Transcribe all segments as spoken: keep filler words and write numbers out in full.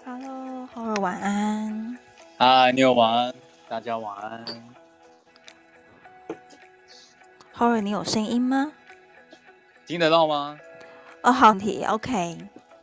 Hello，浩儿晚安。 嗨，你有晚安，大家晚安。 浩儿，你有声音吗？ 听得到吗？ 哦，好问题，OK。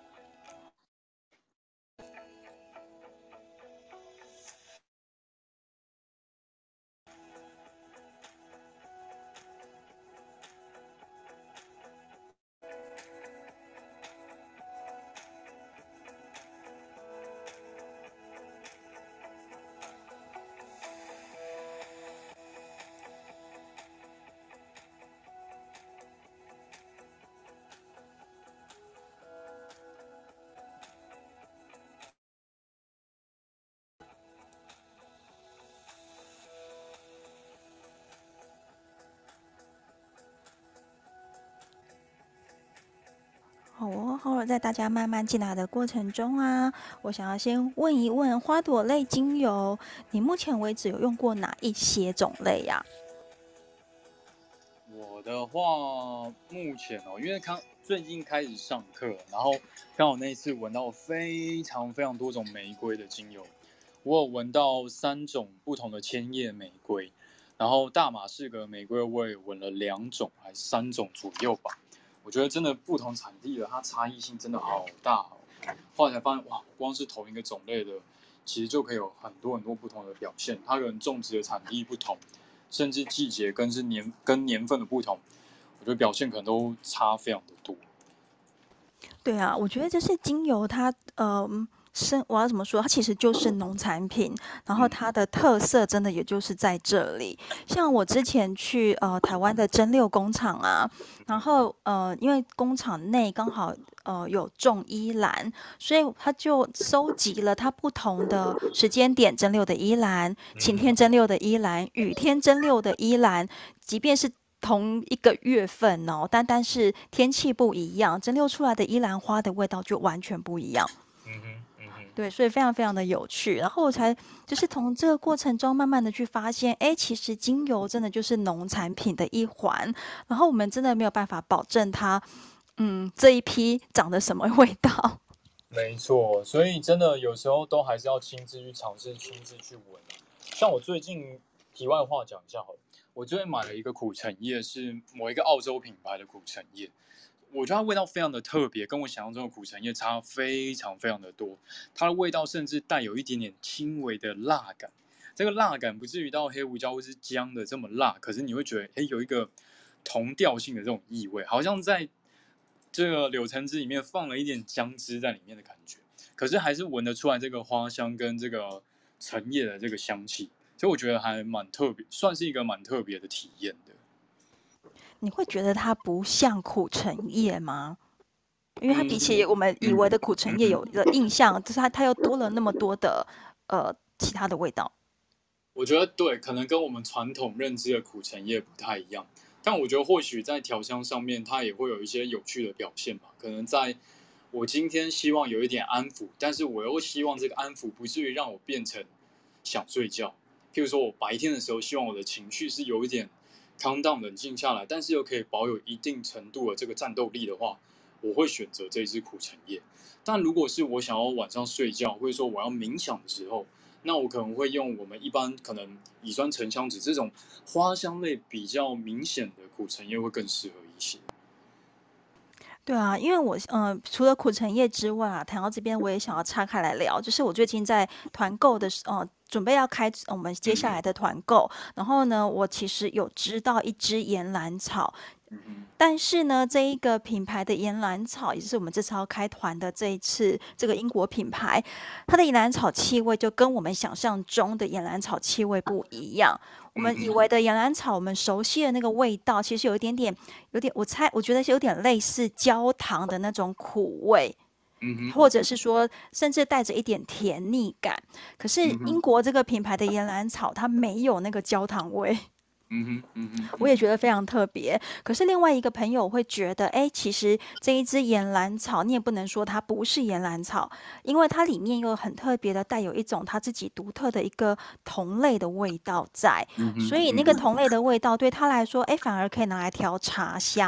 好哦，浩儿，在大家慢慢进来的过程中啊，我想要先问一问花朵类精油，你目前为止有用过哪一些种类呀、 我的话，目前哦，因为刚最近开始上课，然后刚好那一次闻到非常非常多种玫瑰的精油，我有闻到三种不同的千叶玫瑰，然后大马士革玫瑰我也闻了两种还是三种左右吧。我觉得真的不同产地的它差异性真的好大哦。后来才发现，哇，光是同一个种类的，其实就可以有很多很多不同的表现。它可能种植的产地不同，甚至季节跟是年跟年份的不同，我觉得表现可能都差非常的多。 对啊，我觉得这些精油它，呃，生我要怎么说？它其实就是农产品，然后嗯它的特色真的也就是在这里。像我之前去呃台湾的蒸馏工厂啊，然后呃因为工厂内刚好呃有种依兰，所以他就收集了它不同的时间点蒸馏的依兰，晴天蒸馏的依兰，雨天蒸馏的依兰，即便是同一个月份哦，但但是天气不一样，蒸馏出来的依兰花的味道就完全不一样。 嗯哼嗯哼。 对，所以非常非常的有趣。然后我才就是从这个过程中慢慢的去发现，哎，其实精油真的就是农产品的一环。然后我们真的没有办法保证它，嗯，这一批长得什么味道。 没错，所以真的有时候都还是要亲自去尝试，亲自去闻。像我最近题外话讲一下好了，我最近买了一个苦橙叶，是某一个澳洲品牌的苦橙叶，我觉得它味道非常的特别，跟我想象中的苦橙叶差非常非常的多。它的味道甚至带有一点点轻微的辣感，这个辣感不至于到黑胡椒或是姜的这么辣，可是你会觉得，哎，有一个同调性的这种意味，好像在这个柳橙汁里面放了一点姜汁在里面的感觉，可是还是闻得出来这个花香跟这个橙叶的这个香气，所以我觉得还蛮特别，算是一个蛮特别的体验的。 你会觉得它不像苦橙叶吗？因为它比起嗯我们以为的苦橙叶有的印象，就是它它又多了那么多的呃其他的味道。 我觉得对，可能跟我们传统认知的苦橙叶不太一样，但我觉得或许在调香上面，它也会有一些有趣的表现吧。可能在我今天希望有一点安抚，但是我又希望这个安抚不至于让我变成想睡觉。譬如说我白天的时候，希望我的情绪是有一点 calm down 冷静下来，但是又可以保有一定程度的这个战斗力的话，我会选择这支苦橙叶。但如果是我想要晚上睡觉，或者说我要冥想的时候，那我可能会用我们一般可能乙酸沉香酯这种花香类比较明显的苦橙叶会更适合一些。 对啊，因为我嗯、呃除了苦橙叶之外啊，谈到这边我也想要岔开来聊，就是我最近在团购的时，呃，准备要开呃我们接下来的团购，然后呢，我其实有知道一支岩兰草， 嗯哼。 但是呢，这一个品牌的岩兰草，也就是我们这次要开团的这一次这个英国品牌，它的岩兰草气味就跟我们想象中的岩兰草气味不一样。我们以为的岩兰草，我们熟悉的那个味道，其实有一点点，有点，我猜，我觉得是有点类似焦糖的那种苦味， 嗯哼。 或者是说，甚至带着一点甜腻感。可是嗯哼。 英国这个品牌的岩兰草，它没有那个焦糖味。 嗯哼。嗯哼。 我也觉得非常特别。可是另外一个朋友会觉得，哎，其实这一支岩兰草，你也不能说它不是岩兰草，因为它里面又很特别的带有一种它自己独特的一个同类的味道在， 嗯哼。 所以那个嗯哼。 同类的味道对他来说，哎，反而可以拿来调茶香。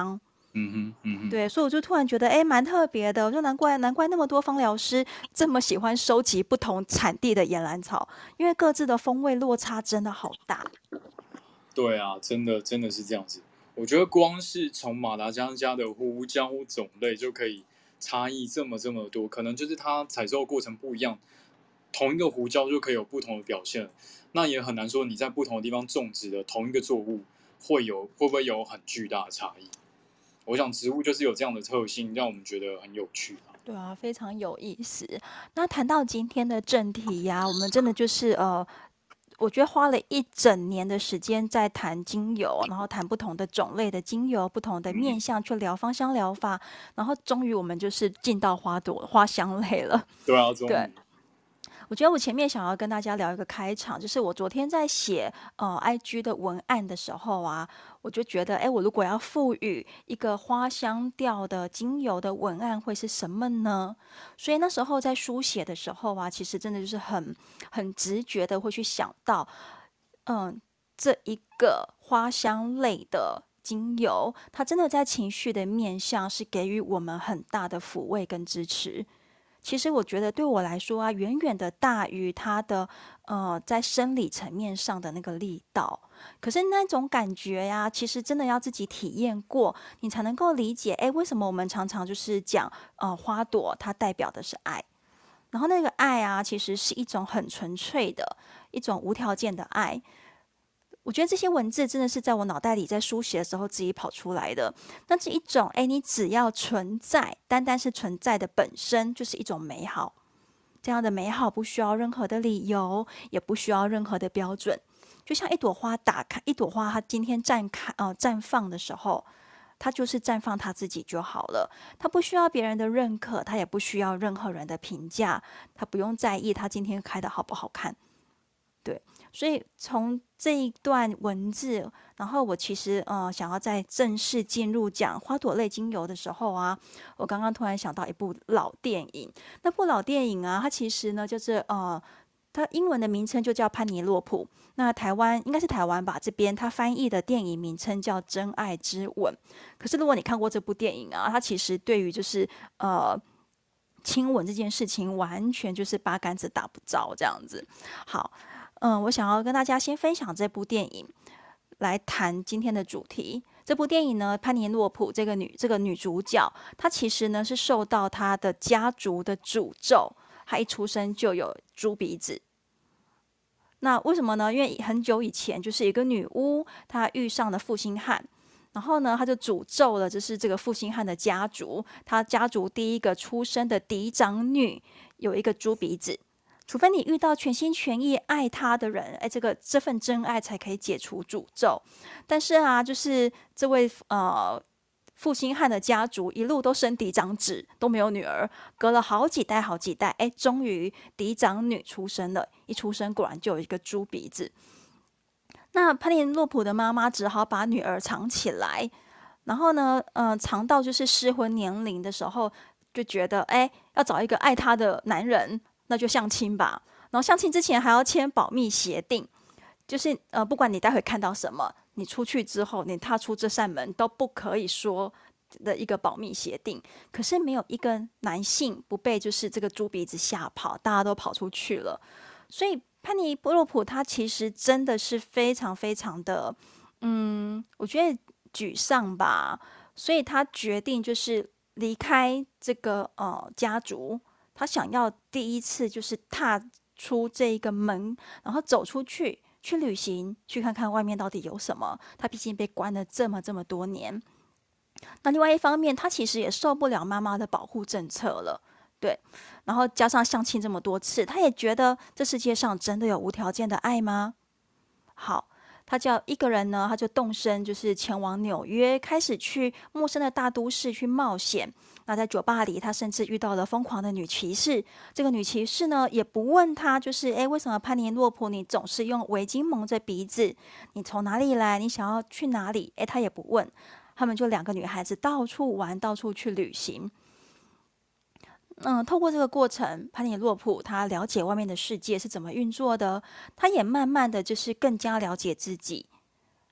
嗯哼，嗯哼， 对，所以我就突然觉得，哎，蛮特别的。我说难怪，难怪那么多芳疗师这么喜欢收集不同产地的野兰草，因为各自的风味落差真的好大。 对啊，真的真的是这样子。我觉得光是从马达加斯加的胡椒种类就可以差异这么这么多，可能就是它采收的过程不一样，同一个胡椒就可以有不同的表现。那也很难说你在不同的地方种植的同一个作物会有会不会有很巨大的差异。我想植物就是有这样的特性，让我们觉得很有趣啊。 对啊，非常有意思。那谈到今天的正题呀、我们真的就是呃，我觉得花了一整年的时间在谈精油，然后谈不同的种类的精油，不同的面嗯， 向去聊芳香疗法，然后终于我们就是进到花朵花香类了。 对啊，终对， 于， 我觉得我前面想要跟大家聊一个开场，就是我昨天在写呃 I G 的文案的时候啊，我就觉得，哎，我如果要赋予一个花香调的精油的文案会是什么呢？所以那时候在书写的时候啊，其实真的就是很很直觉的会去想到，嗯，这一个花香类的精油，它真的在情绪的面向是给予我们很大的抚慰跟支持。其实我觉得对我来说啊，远远的大于它的呃在生理层面上的那个力道。可是那种感觉呀，其实真的要自己体验过，你才能够理解，哎，为什么我们常常就是讲呃花朵它代表的是爱，然后那个爱啊，其实是一种很纯粹的一种无条件的爱。我觉得这些文字真的是在我脑袋里在书写的时候自己跑出来的。那是一种，哎，你只要存在，单单是存在的本身就是一种美好。这样的美好不需要任何的理由，也不需要任何的标准。就像一朵花打开，一朵花它今天绽开呃绽放的时候，它就是绽放它自己就好了。它不需要别人的认可，它也不需要任何人的评价，它不用在意它今天开的好不好看。对，所以从这一段文字，然后我其实呃想要在正式进入讲花朵类精油的时候啊，我刚刚突然想到一部老电影。那部老电影啊，它其实呢就是呃，它英文的名称就叫潘尼洛普。那台湾应该是台湾吧，这边它翻译的电影名称叫《真爱之吻》。可是如果你看过这部电影啊，它其实对于就是呃。亲吻这件事情完全就是八竿子打不着这样子。好，嗯，我想要跟大家先分享这部电影，来谈今天的主题。这部电影呢，潘尼洛普这个女这个女主角，她其实呢是受到她的家族的诅咒，她一出生就有猪鼻子。那为什么呢？因为很久以前，就是一个女巫，她遇上了负心汉，然后呢，她就诅咒了，就是这个负心汉的家族，她家族第一个出生的嫡长女有一个猪鼻子。除非你遇到全心全意爱他的人，哎，这个这份真爱才可以解除诅咒。但是啊，就是这位呃负心汉的家族一路都生嫡长子，都没有女儿，隔了好几代好几代，哎，终于嫡长女出生了。一出生果然就有一个猪鼻子。那潘尼洛普的妈妈只好把女儿藏起来，然后呢，呃，藏到就是适婚年龄的时候，就觉得哎，要找一个爱她的男人，那就相亲吧。然后相亲之前还要签保密协定，就是呃，不管你待会看到什么，你出去之后，你踏出这扇门都不可以说的一个保密协定。可是没有一个男性不被就是这个猪鼻子吓跑，大家都跑出去了。所以潘尼洛普他其实真的是非常非常的，嗯，我觉得沮丧吧。所以他决定就是离开这个呃家族，他想要第一次就是踏出这一个门，然后走出去去旅行，去看看外面到底有什么。他毕竟被关了这么这么多年，那另外一方面，他其实也受不了妈妈的保护政策了。对，然后加上相亲这么多次，他也觉得这世界上真的有无条件的爱吗？好，他叫一个人呢，他就动身，就是前往纽约，开始去陌生的大都市去冒险。那在酒吧里，他甚至遇到了疯狂的女骑士。这个女骑士呢，也不问他，就是诶，为什么潘尼洛普你总是用围巾蒙着鼻子？你从哪里来？你想要去哪里？诶，他也不问。他们就两个女孩子到处玩，到处去旅行。嗯，透过这个过程，潘尼洛普他了解外面的世界是怎么运作的，他也慢慢的就是更加了解自己。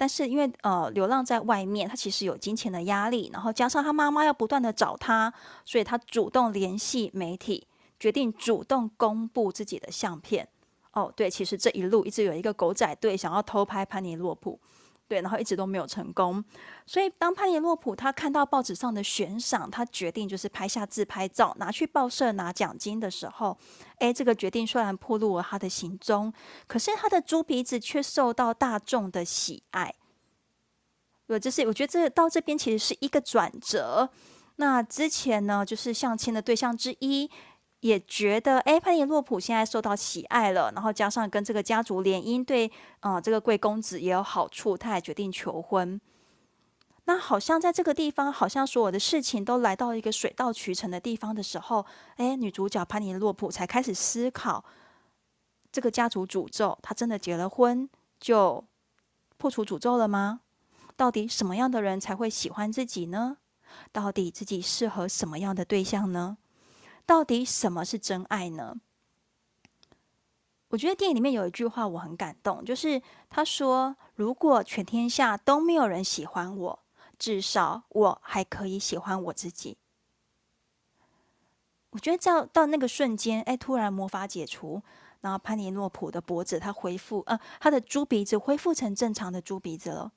但是因为呃流浪在外面，他其实有金钱的压力，然后加上他妈妈要不断的找他，所以他主动联系媒体，决定主动公布自己的相片。哦，对，其实这一路一直有一个狗仔队想要偷拍潘尼洛普，对，然后一直都没有成功。所以当潘尼洛普他看到报纸上的悬赏，他决定就是拍下自拍照，拿去报社拿奖金的时候，哎，这个决定虽然暴露了他的行踪，可是他的猪鼻子却受到大众的喜爱。对，这是我觉得这到这边其实是一个转折。那之前呢，就是相亲的对象之一，也觉得哎，潘尼洛普现在受到喜爱了，然后加上跟这个家族联姻，对，呃，这个贵公子也有好处，他也决定求婚。那好像在这个地方，好像所有的事情都来到一个水到渠成的地方的时候，哎，女主角潘尼洛普才开始思考，这个家族诅咒，她真的结了婚就破除诅咒了吗？到底什么样的人才会喜欢自己呢？到底自己适合什么样的对象呢？到底什么是真爱呢？我觉得电影里面有一句话我很感动，就是他说：“如果全天下都没有人喜欢我，至少我还可以喜欢我自己。”我觉得到到那个瞬间，哎，突然魔法解除，然后潘尼洛普的脖子他恢复，呃，他的猪鼻子恢复成正常的猪鼻子了。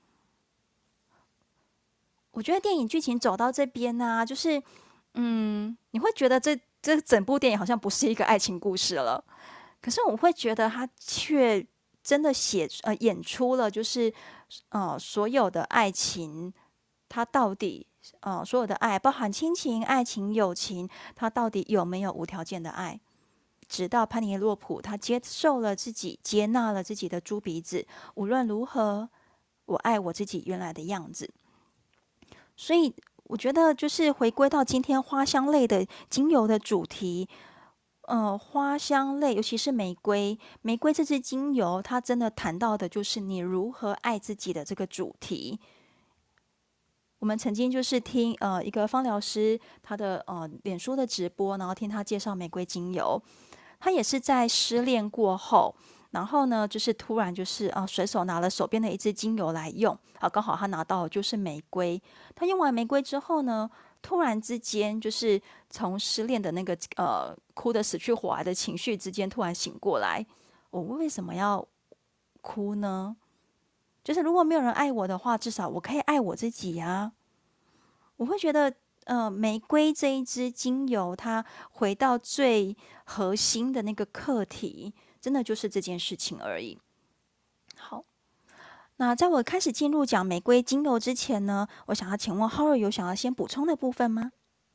我觉得电影剧情走到这边呢、啊，就是，嗯，你会觉得这这整部电影好像不是一个爱情故事了，可是我会觉得他却真的写呃演出了，就是呃所有的爱情，它到底呃所有的爱，包含亲情、爱情、友情，它到底有没有无条件的爱？直到潘尼洛普他接受了自己，接纳了自己的猪鼻子，无论如何，我爱我自己原来的样子。所以我觉得，就是回归到今天花香类的精油的主题，呃，花香类，尤其是玫瑰，玫瑰这支精油，它真的谈到的就是你如何爱自己的这个主题。我们曾经就是听呃一个芳疗师他的呃脸书的直播，然后听他介绍玫瑰精油，他也是在失恋过后，然后呢，就是突然就是啊，随手拿了手边的一支精油来用，啊，刚好他拿到的就是玫瑰。他用完玫瑰之后呢，突然之间就是从失恋的那个呃哭得死去活来的情绪之间突然醒过来。我为什么要哭呢？就是如果没有人爱我的话，至少我可以爱我自己呀。我会觉得，呃，玫瑰这一支精油，它回到最核心的那个课题，真的就是这件事情而已。好，那在我开始进入讲玫瑰精油之前呢，我想要请问 Howard 有想要先补充的部分吗？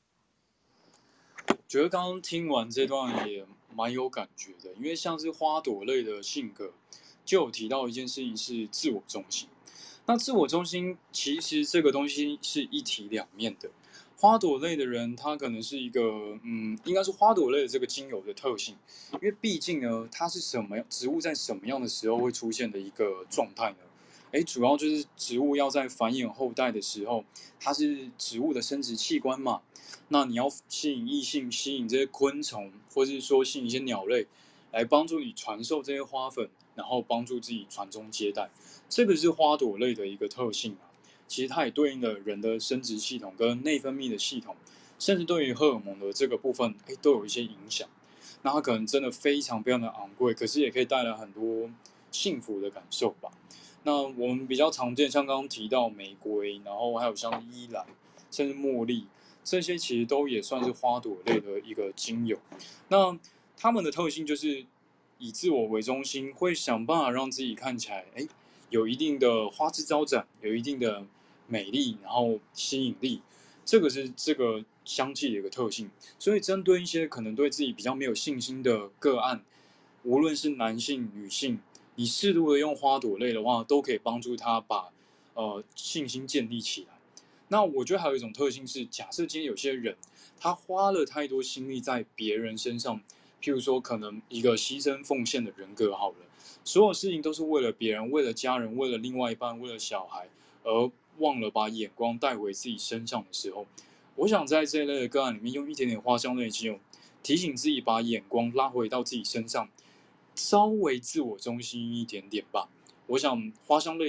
觉得刚刚听完这段也蛮有感觉的，因为像是花朵类的性格，就有提到一件事情是自我中心。那自我中心其实这个东西是一体两面的。花朵类的人，他可能是一个，嗯，应该是花朵类的这个精油的特性，因为毕竟呢，它是什么植物在什么样的时候会出现的一个状态呢？诶，主要就是植物要在繁衍后代的时候，它是植物的生殖器官嘛。那你要吸引异性，吸引这些昆虫，或是说吸引一些鸟类，来帮助你传授这些花粉，然后帮助自己传宗接代。这个是花朵类的一个特性啊。其实它也对应了人的生殖系统跟内分泌的系统，甚至对于荷尔蒙的这个部分，哎，都有一些影响。那它可能真的非常非常的昂贵，可是也可以带来很多幸福的感受吧。那我们比较常见，像刚刚提到玫瑰，然后还有像依兰，甚至茉莉，这些其实都也算是花朵类的一个精油。那它们的特性就是以自我为中心，会想办法让自己看起来，哎，有一定的花枝招展，有一定的美丽，然后吸引力，这个是这个香气的一个特性。所以针对一些可能对自己比较没有信心的个案，无论是男性、女性，你适度的用花朵类的话，都可以帮助他把呃信心建立起来。那我觉得还有一种特性是，假设今天有些人他花了太多心力在别人身上，譬如说可能一个牺牲奉献的人格好了，所有事情都是为了别人，为了家人，为了另外一半，为了小孩，而忘了把眼光带回自己身上的时候，我想在这一类的个案里面，用一点点花香类精油提醒自己，把眼光拉回到自己身上，稍微自我中心一点点吧。我想花香类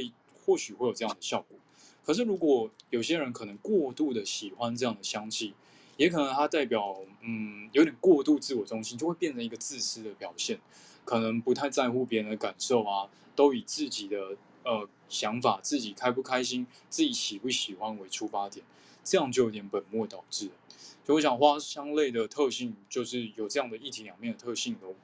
或许会有这样的效果。可是如果有些人可能过度的喜欢这样的香气，也可能它代表嗯有点过度自我中心，就会变成一个自私的表现，可能不太在乎别人的感受啊，都以自己的呃想法、自己开不开心、自己喜不喜欢为出发点，这样就有点本末倒置了。所以我想花香类的特性就是有这样的一体两面的特性哦。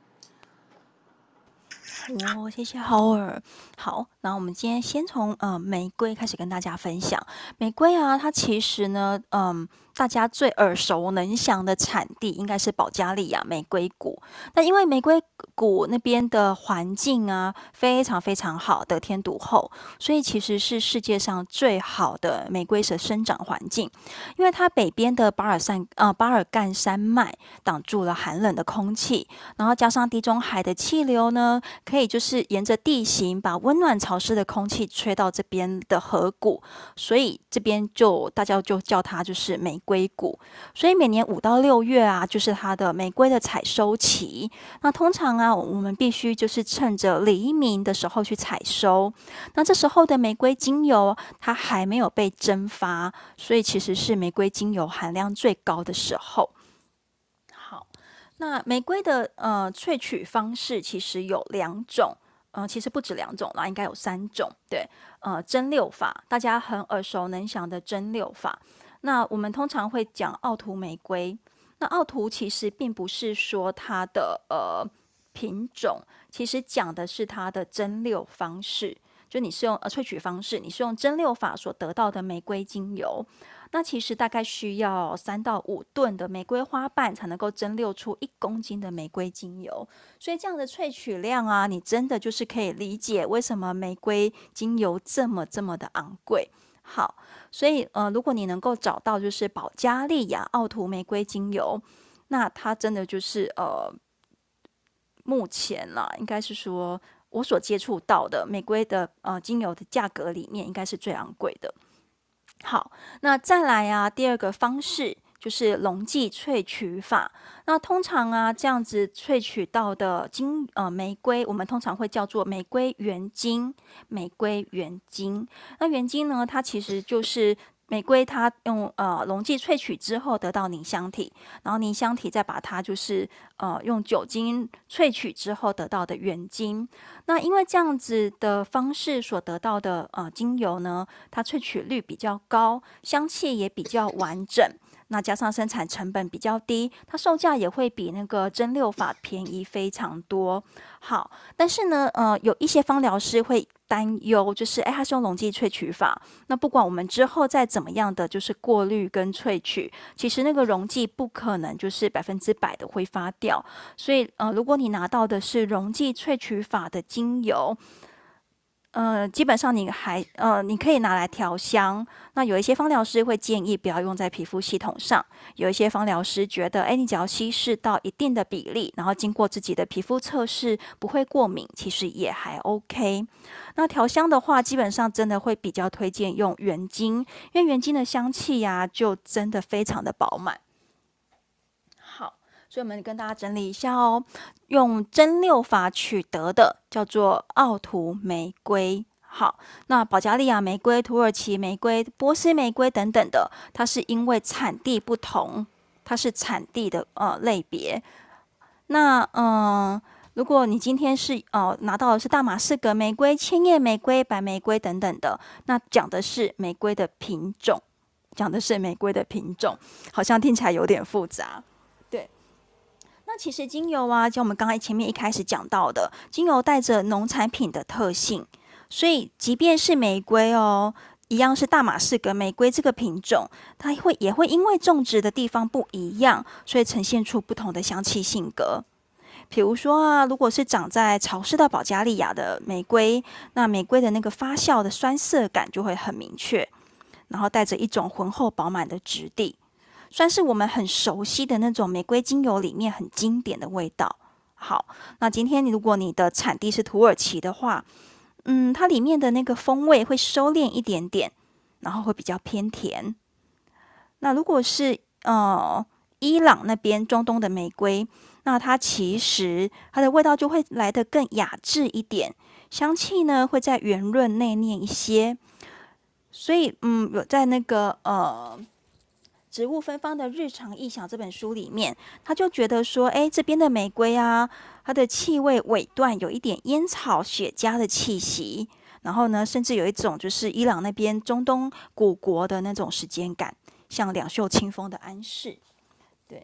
哦，谢谢浩尔。好，那我们今天先从呃玫瑰开始跟大家分享。玫瑰啊，它其实呢，嗯，大家最耳熟能详的产地应该是保加利亚玫瑰谷。那因为玫瑰谷那边的环境啊，非常非常好，得天独厚，所以其实是世界上最好的玫瑰的生长环境。因为它北边的巴尔干呃巴尔干山脉挡住了寒冷的空气，然后加上地中海的气流呢。可以就是沿着地形把温暖潮湿的空气吹到这边的河谷，所以这边就大家就叫它就是玫瑰谷。所以每年五到六月啊，就是它的玫瑰的采收期。那通常啊，我们必须就是趁着黎明的时候去采收。那这时候的玫瑰精油它还没有被蒸发，所以其实是玫瑰精油含量最高的时候。那玫瑰的呃萃取方式其实有两种，呃，其实不止两种啦，应该有三种。对，呃，蒸馏法，大家很耳熟能详的蒸馏法。那我们通常会讲奥图玫瑰。那奥图其实并不是说它的呃品种，其实讲的是它的蒸馏方式。就你是用呃萃取方式，你是用蒸馏法所得到的玫瑰精油。那其实大概需要三到五吨的玫瑰花瓣才能够蒸馏出一公斤的玫瑰精油，所以这样的萃取量啊，你真的就是可以理解为什么玫瑰精油这么这么的昂贵。好，所以呃，如果你能够找到就是保加利亚奥图玫瑰精油，那它真的就是呃，目前啦，应该是说我所接触到的玫瑰的呃精油的价格里面，应该是最昂贵的。好，那再来啊，第二个方式就是溶剂萃取法。那通常啊，这样子萃取到的精呃玫瑰，我们通常会叫做玫瑰原精。玫瑰原精，那原精呢，它其实就是玫瑰，它用呃溶剂萃取之后得到凝香体，然后凝香体再把它就是呃用酒精萃取之后得到的原精。那因为这样子的方式所得到的呃精油呢，它萃取率比较高，香气也比较完整。那加上生产成本比较低，它售价也会比那个蒸馏法便宜非常多。好，但是呢，呃，有一些芳疗师会担忧，就是哎，它是用溶剂萃取法，那不管我们之后再怎么样的就是过滤跟萃取，其实那个溶剂不可能就是百分之百的挥发掉。所以呃，如果你拿到的是溶剂萃取法的精油，呃，基本上你还呃，你可以拿来调香。那有一些芳疗师会建议不要用在皮肤系统上，有一些芳疗师觉得，哎，你只要稀释到一定的比例，然后经过自己的皮肤测试不会过敏，其实也还 OK。那调香的话，基本上真的会比较推荐用原精，因为原精的香气呀、啊，就真的非常的饱满。好。所以我们跟大家整理一下哦，用蒸馏法取得的叫做奥图玫瑰。好，那保加利亚玫瑰、土耳其玫瑰、波斯玫瑰等等的，它是因为产地不同，它是产地的呃类别。那嗯、呃，如果你今天是呃拿到的是大马士革玫瑰、千叶玫瑰、白玫瑰等等的，那讲的是玫瑰的品种，讲的是玫瑰的品种，好像听起来有点复杂。那其实精油啊，就我们刚才前面一开始讲到的，精油带着农产品的特性，所以即便是玫瑰哦，一样是大马士革玫瑰这个品种，它会也会因为种植的地方不一样，所以呈现出不同的香气性格。比如说啊，如果是长在潮湿的保加利亚的玫瑰，那玫瑰的那个发酵的酸涩感就会很明确，然后带着一种浑厚饱满的质地。算是我们很熟悉的那种玫瑰精油里面很经典的味道。好，那今天如果你的产地是土耳其的话，嗯，它里面的那个风味会收敛一点点，然后会比较偏甜。那如果是呃伊朗那边中东的玫瑰，那它其实它的味道就会来得更雅致一点，香气呢会再圆润内敛一些。所以，嗯，有在那个呃植物芬芳的日常意象这本书里面，他就觉得说，哎，这边的玫瑰啊，它的气味尾段有一点烟草雪茄的气息，然后呢，甚至有一种就是伊朗那边中东古国的那种时间感，像两袖清风的安适。对，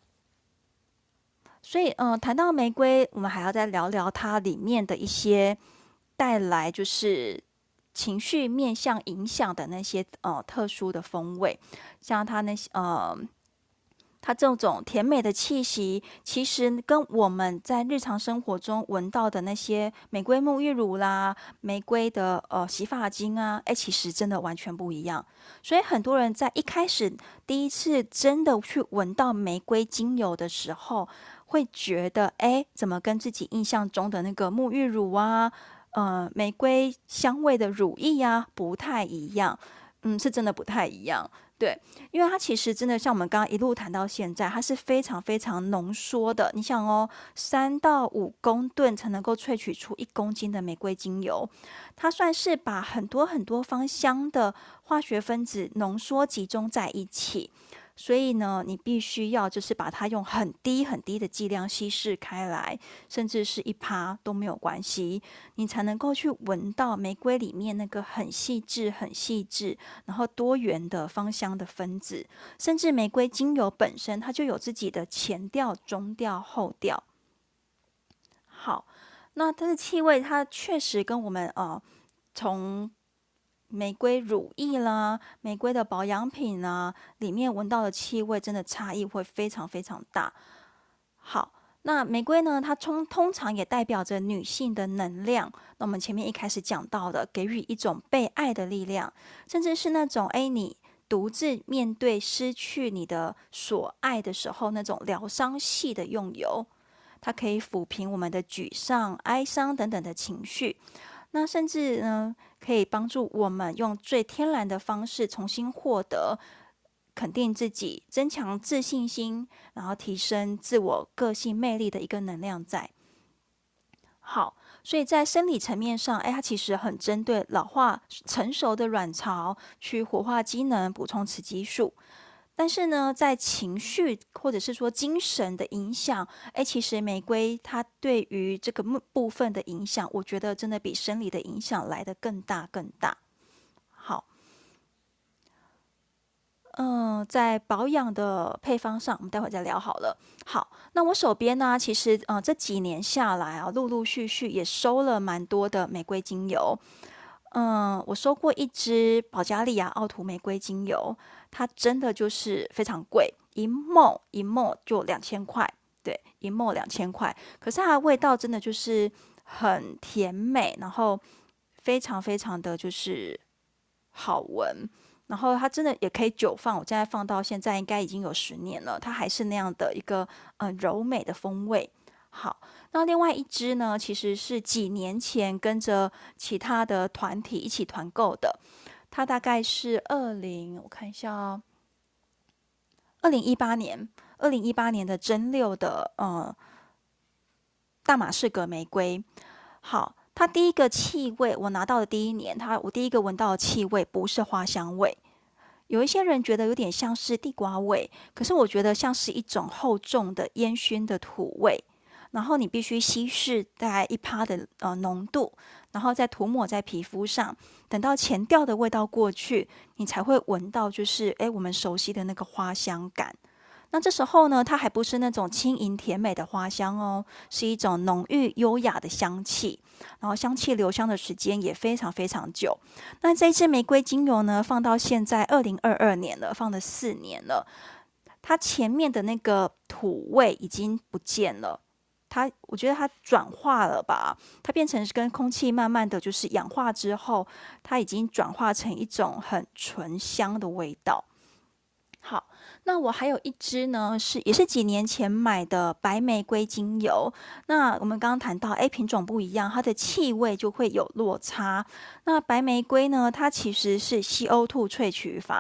所以，嗯、呃，谈到玫瑰，我们还要再聊聊它里面的一些带来就是情绪面向影响的那些呃特殊的风味，像它那些呃。它这种甜美的气息，其实跟我们在日常生活中闻到的那些玫瑰沐浴乳啦、玫瑰的呃洗发精啊，哎，其实真的完全不一样。所以很多人在一开始第一次真的去闻到玫瑰精油的时候，会觉得，哎，怎么跟自己印象中的那个沐浴乳啊、呃玫瑰香味的乳液啊不太一样？嗯，是真的不太一样。对，因为它其实真的像我们刚刚一路谈到现在，它是非常非常浓缩的。你想哦，三到五公吨才能够萃取出一公斤的玫瑰精油，它算是把很多很多芳香的化学分子浓缩集中在一起。所以呢，你必须要就是把它用很低很低的剂量稀释开来，甚至是一趴都没有关系，你才能够去闻到玫瑰里面那个很细致、很细致，然后多元的芳香的分子。甚至玫瑰精油本身，它就有自己的前调、中调、后调。好，那它的气味，它确实跟我们呃从玫瑰乳液啦、玫瑰的保养品啦，里面闻到的气味，真的差异会非常非常大。好，那玫瑰呢，它通通常也代表着女性的能量。那我们前面一开始讲到的，给予一种被爱的力量，甚至是那种哎，你独自面对失去你的所爱的时候，那种疗伤系的用油，它可以抚平我们的沮丧、哀伤等等的情绪。那甚至呢，可以帮助我们用最天然的方式重新获得肯定自己、增强自信心，然后提升自我个性魅力的一个能量在。好，所以在生理层面上，哎，它其实很针对老化成熟的卵巢，去活化机能，补充雌激素。但是呢，在情绪或者是说精神的影响，哎，其实玫瑰它对于这个部分的影响，我觉得真的比生理的影响来得更大更大。好，嗯，在保养的配方上，我们待会再聊好了。好，那我手边呢，其实呃这几年下来啊，陆陆续续也收了蛮多的玫瑰精油。嗯，我收过一支保加利亚奥图玫瑰精油，它真的就是非常贵，一沫一沫就两千块，对，一沫两千块。可是它的味道真的就是很甜美，然后非常非常的就是好闻。然后它真的也可以久放，我现在放到现在应该已经有十年了，它还是那样的一个呃柔美的风味。好，那另外一支呢，其实是几年前跟着其他的团体一起团购的，它大概是二零，我看一下哦，二零一八年，二零一八年的真六的呃大马士革玫瑰。好，它第一个气味，我拿到的第一年，它我第一个闻到的气味不是花香味，有一些人觉得有点像是地瓜味，可是我觉得像是一种厚重的烟熏的土味。然后你必须稀释大概一趴的呃浓度，然后再涂抹在皮肤上，等到前调的味道过去，你才会闻到就是哎我们熟悉的那个花香感。那这时候呢，它还不是那种轻盈甜美的花香哦，是一种浓郁优雅的香气，然后香气留香的时间也非常非常久。那这一支玫瑰精油呢，放到现在二零二二年了，放了四年了，它前面的那个土味已经不见了。它，我觉得它转化了吧，它变成跟空气慢慢的就是氧化之后，它已经转化成一种很醇香的味道。好，那我还有一支呢，是也是几年前买的白玫瑰精油。那我们刚刚谈到，哎，品种不一样，它的气味就会有落差。那白玫瑰呢，它其实是 C O 二 萃取法。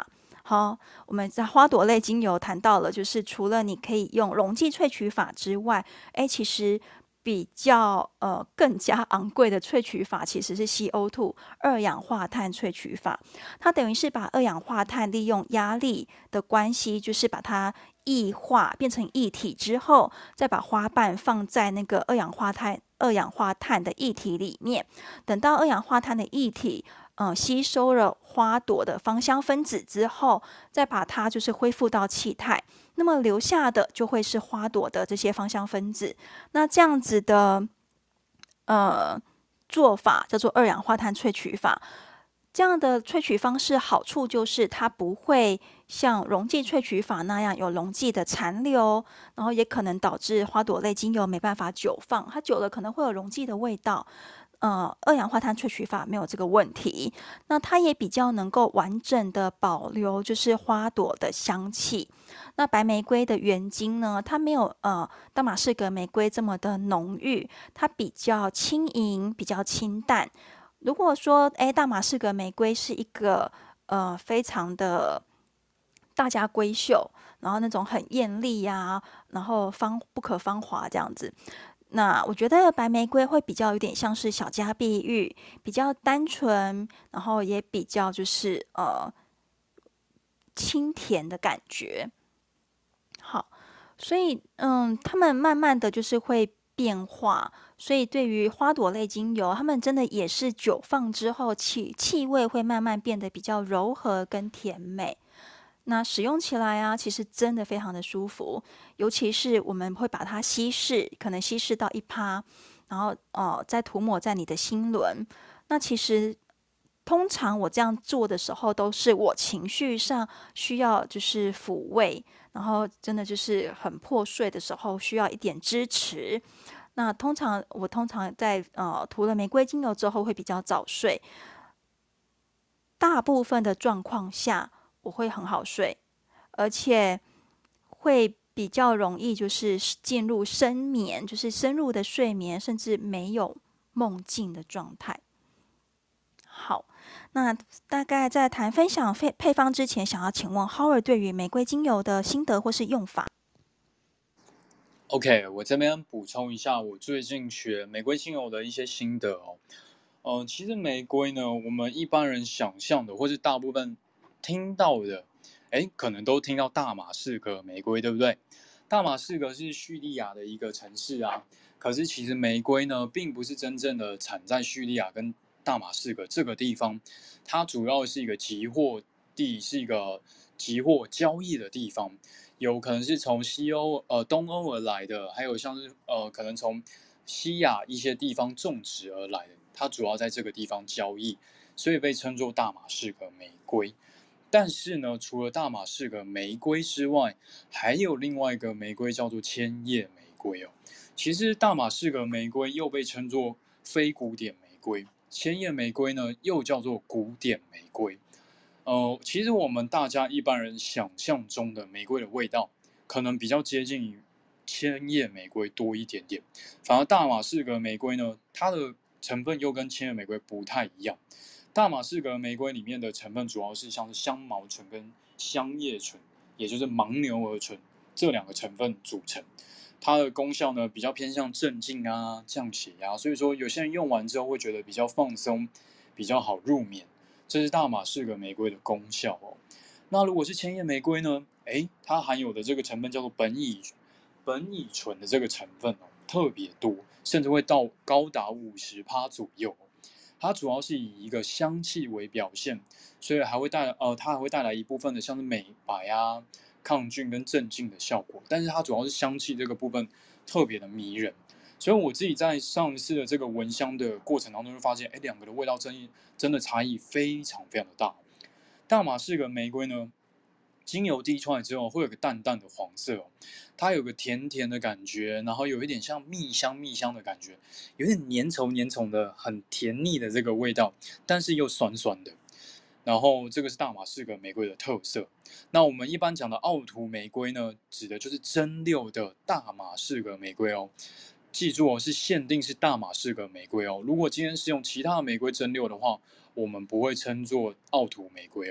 好，我们在花朵类精油谈到了，就是除了你可以用溶剂萃取法之外，哎，其实比较呃更加昂贵的萃取法其实是 C O 二 二氧化碳萃取法。它等于是把二氧化碳利用压力的关系，就是把它液化变成液体之后，再把花瓣放在那个二氧化碳二氧化碳的液体里面，等到二氧化碳的液体呃，吸收了花朵的芳香分子之后，再把它就是恢复到气态，那么留下的就会是花朵的这些芳香分子。那这样子的呃做法叫做二氧化碳萃取法。这样的萃取方式好处就是它不会像溶剂萃取法那样有溶剂的残留，然后也可能导致花朵类精油没办法久放，它久了可能会有溶剂的味道。呃，二氧化碳萃取法没有这个问题，那它也比较能够完整的保留就是花朵的香气。那白玫瑰的原精呢，它没有呃大马士革玫瑰这么的浓郁，它比较轻盈，比较清淡。如果说哎大马士革玫瑰是一个呃非常的大家闺秀，然后那种很艳丽呀、啊，然后芳不可芳华这样子。那我觉得白玫瑰会比较有点像是小家碧玉，比较单纯，然后也比较就是呃清甜的感觉。好，所以嗯，他们慢慢的就是会变化，所以对于花朵类精油，它们真的也是久放之后气气味会慢慢变得比较柔和跟甜美。那使用起来啊，其实真的非常的舒服，尤其是我们会把它稀释，可能稀释到一趴，然后呃再涂抹在你的心轮。那其实通常我这样做的时候，都是我情绪上需要就是抚慰，然后真的就是很破碎的时候，需要一点支持。那通常我通常在呃涂了玫瑰精油之后会比较早睡，大部分的状况下我会很好睡，而且会比较容易就是进入深眠，就是深入的睡眠，甚至没有梦境的状态。好，那大概在谈分享配配方之前，想要请问 Howard 对于玫瑰精油的心得或是用法。 OK，我这边补充一下我最近学玫瑰精油的一些心得哦。呃，其实玫瑰呢，我们一般人想象的，或是大部分听到的，哎，可能都听到大马士革玫瑰，对不对？大马士革是叙利亚的一个城市啊，可是其实玫瑰呢，并不是真正的产在叙利亚跟大马士革这个地方，它主要是一个集货地，是一个集货交易的地方。有可能是从西欧、呃东欧而来的，还有像是呃可能从西亚一些地方种植而来的，它主要在这个地方交易，所以被称作大马士革玫瑰。但是呢，除了大马士革玫瑰之外，还有另外一个玫瑰叫做千叶玫瑰哦。其实大马士革玫瑰又被称作非古典玫瑰，千叶玫瑰呢又叫做古典玫瑰。呃，其实我们大家一般人想象中的玫瑰的味道，可能比较接近于千叶玫瑰多一点点。反而大马士革玫瑰呢，它的成分又跟千叶玫瑰不太一样。大马士革玫瑰里面的成分主要是像是香毛醇跟香叶醇，也就是牻牛儿醇这两个成分组成。它的功效呢比较偏向镇静啊、降血压，所以说有些人用完之后会觉得比较放松，比较好入眠。这是大马士革玫瑰的功效哦。那如果是千叶玫瑰呢？诶，它含有的这个成分叫做苯乙苯乙醇的这个成分哦，特别多，甚至会到高达五十趴左右。它主要是以一个香气为表现，所以还会带呃，它还会带来一部分的像是美白啊、抗菌跟镇静的效果。但是它主要是香气这个部分特别的迷人。所以我自己在上一次的这个闻香的过程当中，就发现，哎，两个的味道真真的差异非常非常的大。大马士革玫瑰呢，精油滴出来之后会有个淡淡的黄色哦，它有个甜甜的感觉，然后有一点像蜜香蜜香的感觉，有点粘稠粘稠的，很甜腻的这个味道，但是又酸酸的。然后这个是大马士革玫瑰的特色。那我们一般讲的奥图玫瑰呢，指的就是蒸馏的大马士革玫瑰哦。记住哦，是限定是大马士革玫瑰哦。如果今天是用其他的玫瑰蒸馏的话，我们不会称作奥图玫瑰哦。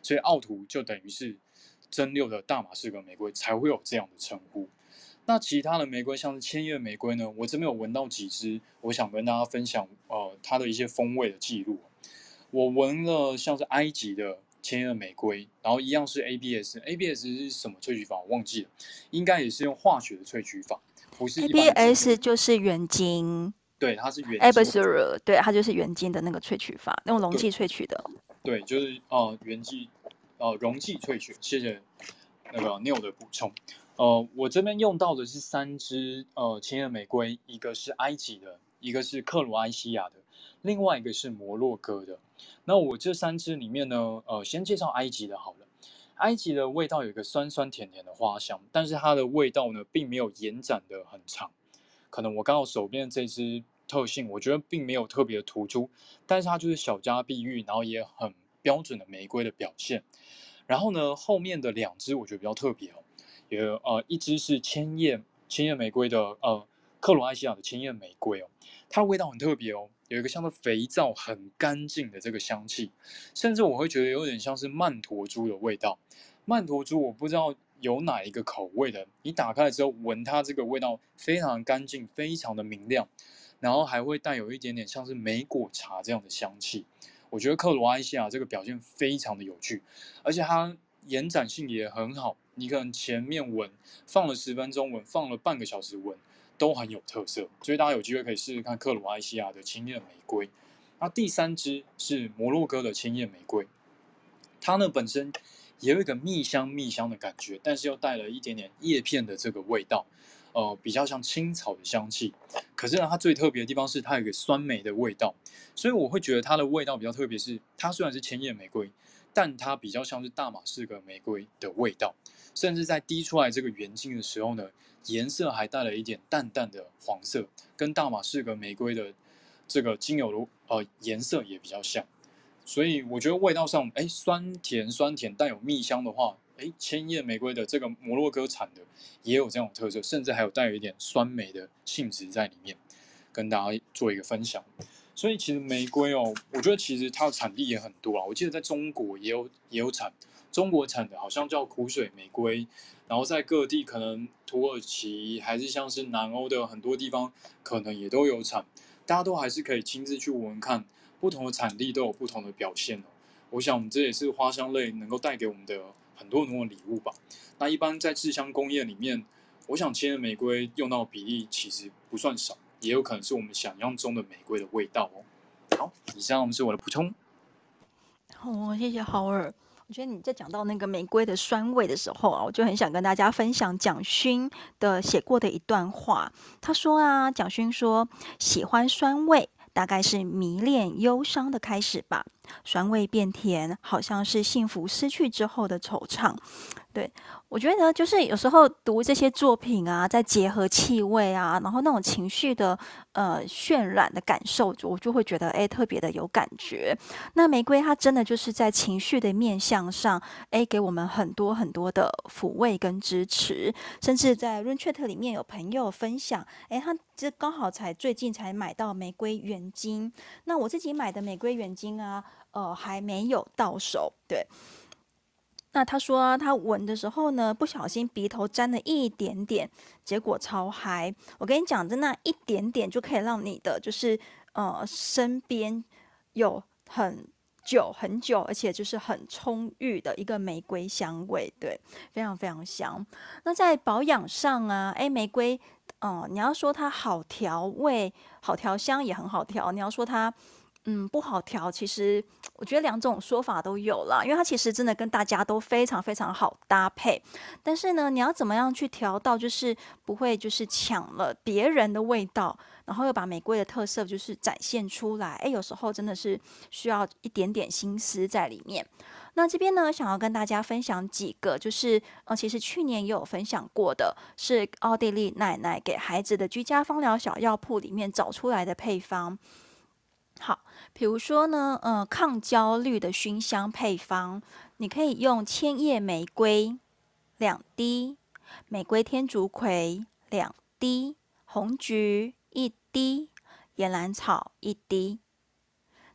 所以奥图就等于是蒸馏的大马士革玫瑰才会有这样的称呼。那其他的玫瑰，像是千叶玫瑰呢，我这边有闻到几支，我想跟大家分享，呃，它的一些风味的记录。我闻了像是埃及的千叶玫瑰，然后一样是 A B S，A B S 是什么萃取法我忘记了，应该也是用化学的萃取法，不是一般的蒸馏。 A B S 就是原精， 对，它是原 a b 精。 s r 对，它就是原精的那个萃取法，用溶剂萃取的。 对，就是呃原剂，呃溶剂萃取。谢谢那个 Neil 的补充。呃，我这边用到的是三支呃千叶玫瑰，一个是埃及的，一个是克罗埃西亚的，另外一个是摩洛哥的。那我这三支里面呢，呃，先介绍埃及的好了。埃及的味道有一个酸酸甜甜的花香，但是它的味道呢，并没有延展的很长。可能我刚好手边这支特性，我觉得并没有特别的突出，但是它就是小家碧玉，然后也很标准的玫瑰的表现。然后呢，后面的两支我觉得比较特别哦，有呃一支是千叶千叶玫瑰的呃克罗埃西亚的千叶玫瑰哦，它的味道很特别哦，有一个像是肥皂很干净的这个香气，甚至我会觉得有点像是曼陀珠的味道。曼陀珠我不知道有哪一个口味的，你打开了之后闻它这个味道非常干净，非常的明亮，然后还会带有一点点像是莓果茶这样的香气。我觉得克罗埃西亚这个表现非常的有趣，而且它延展性也很好。你可能前面闻放了十分钟闻，放了半个小时闻，都很有特色。所以大家有机会可以试试看克罗埃西亚的千叶玫瑰。那第三支是摩洛哥的千叶玫瑰，它呢本身也有一个蜜香蜜香的感觉，但是又带了一点点叶片的这个味道，呃，比较像青草的香气。可是呢，它最特别的地方是它有一个酸梅的味道，所以我会觉得它的味道比较特别，是它虽然是千叶玫瑰，但它比较像是大马士革玫瑰的味道，甚至在滴出来这个原精的时候呢，颜色还带了一点淡淡的黄色，跟大马士革玫瑰的这个精油的呃颜色也比较像。所以我觉得味道上，哎，酸甜酸甜带有蜜香的话，哎，千叶玫瑰的这个摩洛哥产的也有这种特色，甚至还有带有一点酸梅的性质在里面，跟大家做一个分享。所以其实玫瑰哦，我觉得其实它的产地也很多啊。我记得在中国也有也有产，中国产的好像叫苦水玫瑰，然后在各地可能土耳其还是像是南欧的很多地方可能也都有产，大家都还是可以亲自去闻闻看。不同的产地都有不同的表现哦。我想这也是花香类能够带给我们的很多很多的礼物吧。那一般在制香工业里面，我想千叶玫瑰用到的比例其实不算少，也有可能是我们想象中的玫瑰的味道哦。好，以上是我的补充。 哦，谢谢豪尔。我觉得你在讲到那个玫瑰的酸味的时候啊，我就很想跟大家分享蒋勋的写过的一段话。他说啊，蒋勋说，喜欢酸味，大概是迷恋忧伤的开始吧。酸味变甜，好像是幸福失去之后的惆怅。对，我觉得就是有时候读这些作品啊，再结合气味啊，然后那种情绪的呃渲染的感受，我就会觉得哎特别的有感觉。那玫瑰它真的就是在情绪的面向上，哎给我们很多很多的抚慰跟支持，甚至在 Runchat 里面有朋友分享，哎他这刚好才最近才买到玫瑰原精，那我自己买的玫瑰原精啊，呃还没有到手，对。那他说啊，他闻的时候呢，不小心鼻头沾了一点点，结果超嗨。我跟你讲，真的，一点点就可以让你的就是呃身边有很久很久，而且就是很充裕的一个玫瑰香味，对，非常非常香。那在保养上啊，哎，玫瑰，哦，你要说它好调味、好调香也很好调，你要说它。嗯，不好调，其实我觉得两种说法都有啦，因为它其实真的跟大家都非常非常好搭配。但是呢，你要怎么样去调到，就是不会就是抢了别人的味道，然后又把玫瑰的特色就是展现出来。哎，有时候真的是需要一点点心思在里面。那这边呢，想要跟大家分享几个，就是呃，其实去年也有分享过的，是奥地利奶奶给孩子的居家芳疗小药铺里面找出来的配方。好，比如说呢，呃，抗焦虑的熏香配方，你可以用千叶玫瑰两滴，玫瑰天竺葵两滴，红菊一滴，岩兰草一滴。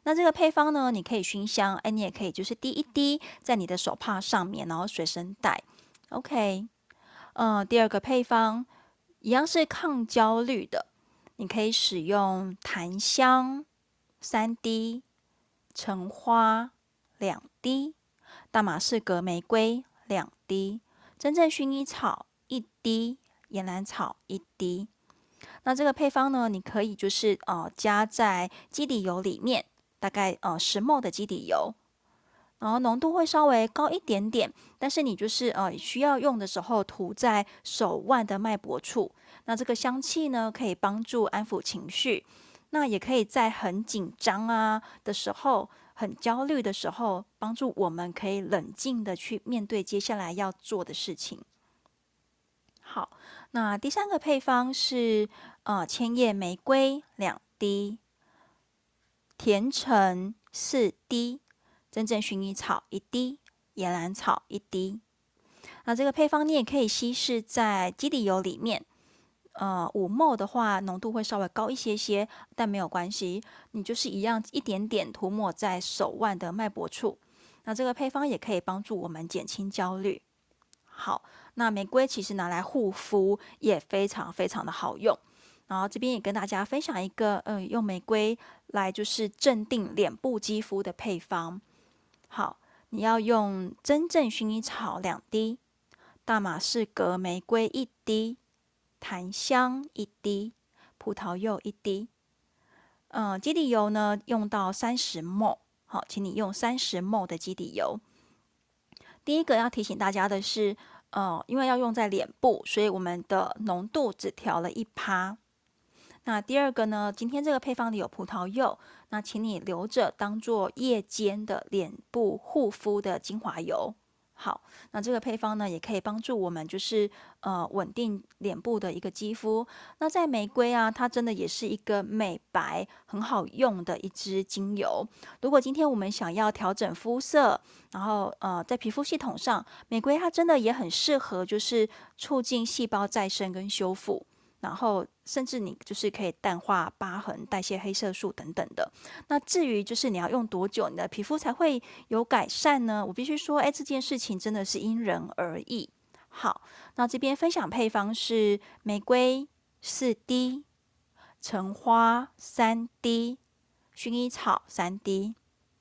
那这个配方呢，你可以熏香，哎，你也可以就是滴一滴在你的手帕上面，然后随身带。OK，嗯，第二个配方一样是抗焦虑的，你可以使用檀香三滴、橙花两滴、大马士革玫瑰两滴、真正薰衣草一滴、岩兰草一滴。那这个配方呢，你可以就是呃加在基底油里面，大概呃十 ml 的基底油，然后浓度会稍微高一点点，但是你就是呃需要用的时候涂在手腕的脉搏处。那这个香气呢，可以帮助安抚情绪，那也可以在很紧张啊的时候、很焦虑的时候，帮助我们可以冷静的去面对接下来要做的事情。好，那第三个配方是呃千叶玫瑰两滴，甜橙四滴，真正薰衣草一滴，岩兰草一滴。那这个配方你也可以稀释在基底油里面，呃，五 ml 的话浓度会稍微高一些些，但没有关系，你就是一样一点点涂抹在手腕的脉搏处。那这个配方也可以帮助我们减轻焦虑。好，那玫瑰其实拿来护肤也非常非常的好用。然后这边也跟大家分享一个，呃，用玫瑰来就是镇定脸部肌肤的配方。好，你要用真正薰衣草两滴，大马士革玫瑰一滴，檀香一滴，葡萄柚一滴。嗯、呃，基底油呢用到三十 ml， 好，请你用三十 ml 的基底油。第一个要提醒大家的是，呃，因为要用在脸部，所以我们的浓度只调了一趴。那第二个呢，今天这个配方里有葡萄柚，那请你留着当做夜间的脸部护肤的精华油。好，那这个配方呢，也可以帮助我们就是呃稳定脸部的一个肌肤。那在玫瑰啊，它真的也是一个美白很好用的一支精油。如果今天我们想要调整肤色，然后呃在皮肤系统上，玫瑰它真的也很适合，就是促进细胞再生跟修复。然后甚至你就是可以淡化疤痕、代谢黑色素等等的。那至于就是你要用多久，你的皮肤才会有改善呢？我必须说，哎，这件事情真的是因人而异。好，那这边分享配方是玫瑰四滴、橙花三滴、薰衣草三滴。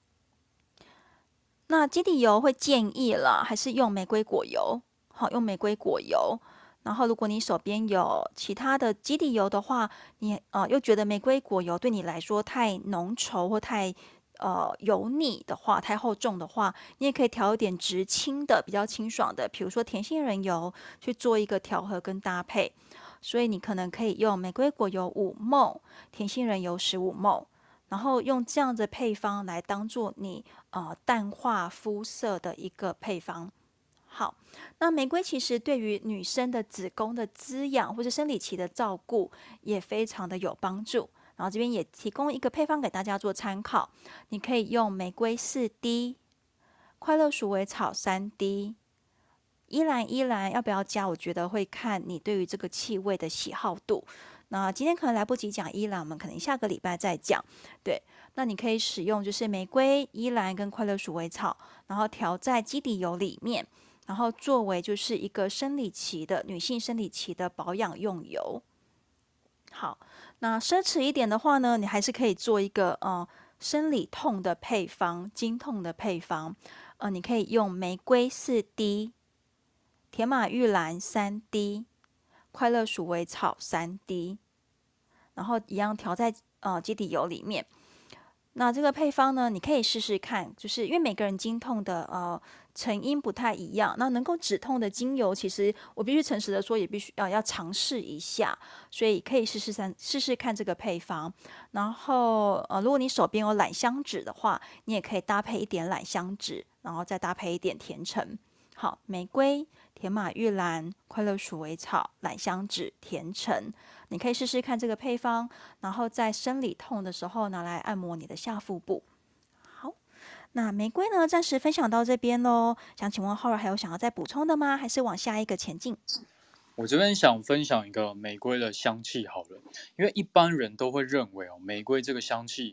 那基底油会建议了，还是用玫瑰果油？好，用玫瑰果油。然后，如果你手边有其他的基底油的话，你呃又觉得玫瑰果油对你来说太浓稠或太呃油腻的话，太厚重的话，你也可以调一点直清的、比较清爽的，比如说甜杏仁油去做一个调和跟搭配。所以你可能可以用玫瑰果油五 ml，甜杏仁油十五 ml，然后用这样的配方来当做你呃淡化肤色的一个配方。好，那玫瑰其实对于女生的子宫的滋养或是生理期的照顾也非常的有帮助。然后这边也提供一个配方给大家做参考，你可以用玫瑰四滴、快乐鼠尾草三滴、依兰依兰要不要加？我觉得会看你对于这个气味的喜好度。那今天可能来不及讲依兰，我们可能下个礼拜再讲。对，那你可以使用就是玫瑰、依兰跟快乐鼠尾草，然后调在基底油里面。然后作为就是一个生理期的女性生理期的保养用油。好，那奢侈一点的话呢，你还是可以做一个呃生理痛的配方，经痛的配方。呃，你可以用玫瑰四滴、甜马玉兰三滴、快乐鼠尾草三滴，然后一样调在呃基底油里面。那这个配方呢，你可以试试看，就是因为每个人经痛的呃成因不太一样，那能够止痛的精油，其实我必须诚实的说，也必须要要尝试一下，所以可以试试看试试看这个配方。然后呃，如果你手边有懒香脂的话，你也可以搭配一点懒香脂，然后再搭配一点甜橙。好，玫瑰、甜马玉兰、快乐鼠尾草、懒香脂、甜橙。你可以试试看这个配方，然后在生理痛的时候拿来按摩你的下腹部。好，那玫瑰呢，暂时分享到这边喽。想请问浩儿还有想要再补充的吗？还是往下一个前进？ 我这边想分享一个玫瑰的香气好了，因为一般人都会认为哦，玫瑰这个香气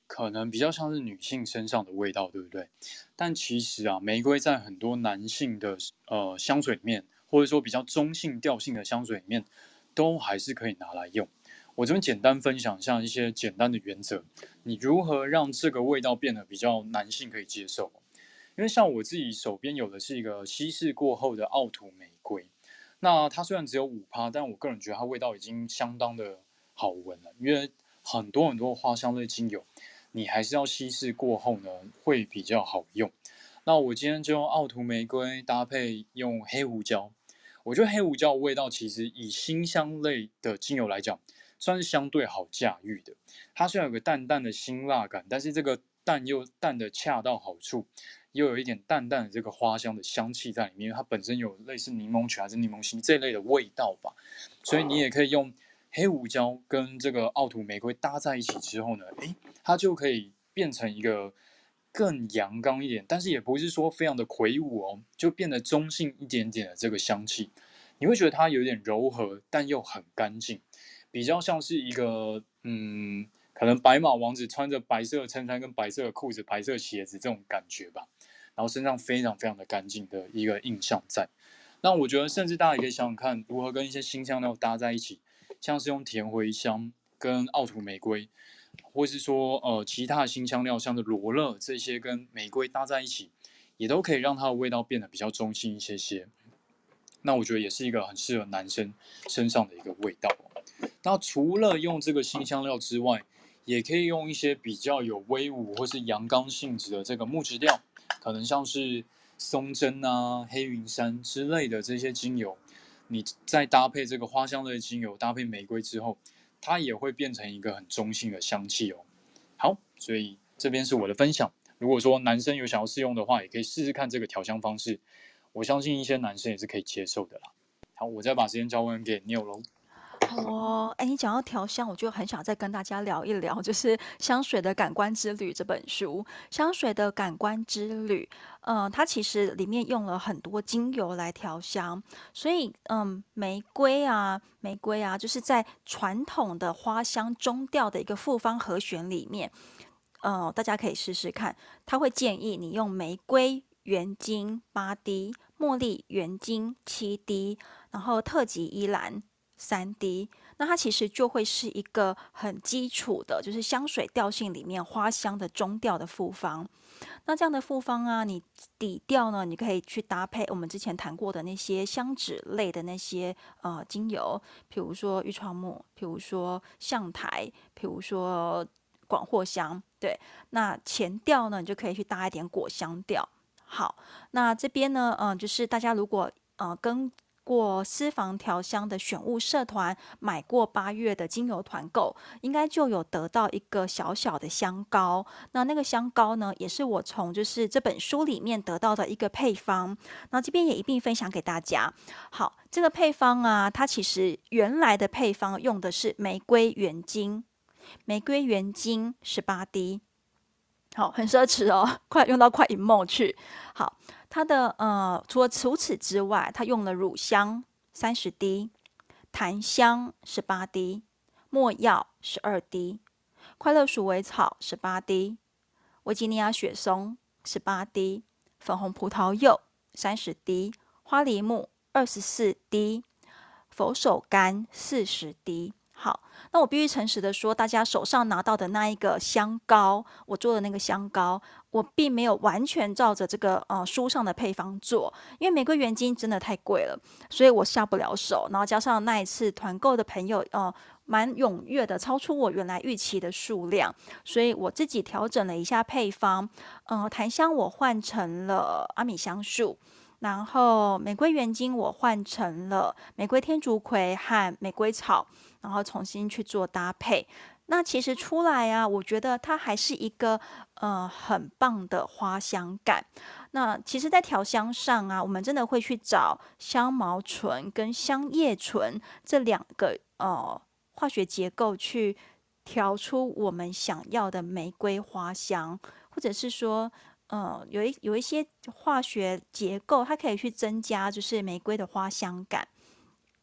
可能比较像是女性身上的味道，对不对？但其实啊，玫瑰在很多男性的呃香水里面，或者说比较中性调性的香水里面，都还是可以拿来用。我这边简单分享一下一些简单的原则，你如何让这个味道变得比较男性可以接受？因为像我自己手边有的是一个稀释过后的奥图玫瑰，那它虽然只有五趴，但我个人觉得它味道已经相当的好闻了。因为很多很多花香类精油，你还是要稀释过后呢，会比较好用。那我今天就用奥图玫瑰搭配用黑胡椒，我觉得黑胡椒的味道其实以辛香类的精油来讲，算是相对好驾驭的。它虽然有个淡淡的辛辣感，但是这个淡又淡的恰到好处，又有一点淡淡的这个花香的香气在里面，因为它本身有类似柠檬曲还是柠檬烯这类的味道吧，所以你也可以用黑胡椒跟这个奥图玫瑰搭在一起之后呢，诶，它就可以变成一个更阳刚一点，但是也不是说非常的魁梧哦，就变得中性一点点的这个香气，你会觉得它有点柔和，但又很干净，比较像是一个嗯。可能白马王子穿着白色的衬衫跟白色的裤子、白色鞋子这种感觉吧，然后身上非常非常的干净的一个印象在。那我觉得，甚至大家也可以想想看，如何跟一些新香料搭在一起，像是用甜茴香跟奥图玫瑰，或是说呃其他的新香料，像是罗勒这些跟玫瑰搭在一起，也都可以让它的味道变得比较中性一些些。那我觉得也是一个很适合男生身上的一个味道。那除了用这个新香料之外，也可以用一些比较有威武或是阳刚性质的这个木质调，可能像是松针啊、黑云杉之类的这些精油，你再搭配这个花香类的精油，搭配玫瑰之后，它也会变成一个很中性的香气哦。好，所以这边是我的分享。如果说男生有想要试用的话，也可以试试看这个调香方式，我相信一些男生也是可以接受的啦。好，我再把时间交还给 Neil 喽。 好哦，哎，你讲到调香，我就很想再跟大家聊一聊，就是《香水的感官之旅》这本书。香水的感官之旅，呃，它其实里面用了很多精油来调香，所以，嗯，玫瑰啊，玫瑰啊，就是在传统的花香中调的一个复方和弦里面，呃，大家可以试试看。它会建议你用玫瑰原精八滴，茉莉原精七滴，然后特级依兰三滴，那它其实就会是一个很基础的，就是香水调性里面花香的中调的复方。那这样的复方啊，你底调呢，你可以去搭配我们之前谈过的那些香脂类的那些呃精油，比如说玉创木，比如说象台，比如说广藿香。对，那前调呢，你就可以去搭一点果香调。好，那这边呢，嗯、呃，就是大家如果呃跟过私房调香的选物社团买过八月的精油团购，应该就有得到一个小小的香膏。那那个香膏呢，也是我从就是这本书里面得到的一个配方。那这边也一并分享给大家。好，这个配方啊，它其实原来的配方用的是玫瑰原精，玫瑰原精十八滴。好，很奢侈哦，快用到快一梦去。好，它的呃，除了除此之外，它用了乳香三十滴，檀香十八滴，没药十二滴，快乐鼠尾草十八滴，维吉尼亚雪松十八滴，粉红葡萄柚三十滴，花梨木二十四滴，佛手柑四十滴。好，那我必须诚实的说，大家手上拿到的那一个香膏，我做的那个香膏，我并没有完全照着这个呃书上的配方做，因为玫瑰原精真的太贵了，所以我下不了手。然后加上那一次团购的朋友，呃，蛮踊跃的，超出我原来预期的数量，所以我自己调整了一下配方。呃，檀香我换成了阿米香树。然后玫瑰原精我换成了玫瑰天竺葵和玫瑰草，然后重新去做搭配。那其实出来啊，我觉得它还是一个呃很棒的花香感。那其实，在调香上啊，我们真的会去找香茅醇跟香叶醇这两个呃化学结构去调出我们想要的玫瑰花香，或者是说。呃，有一有一些化学结构，它可以去增加就是玫瑰的花香感。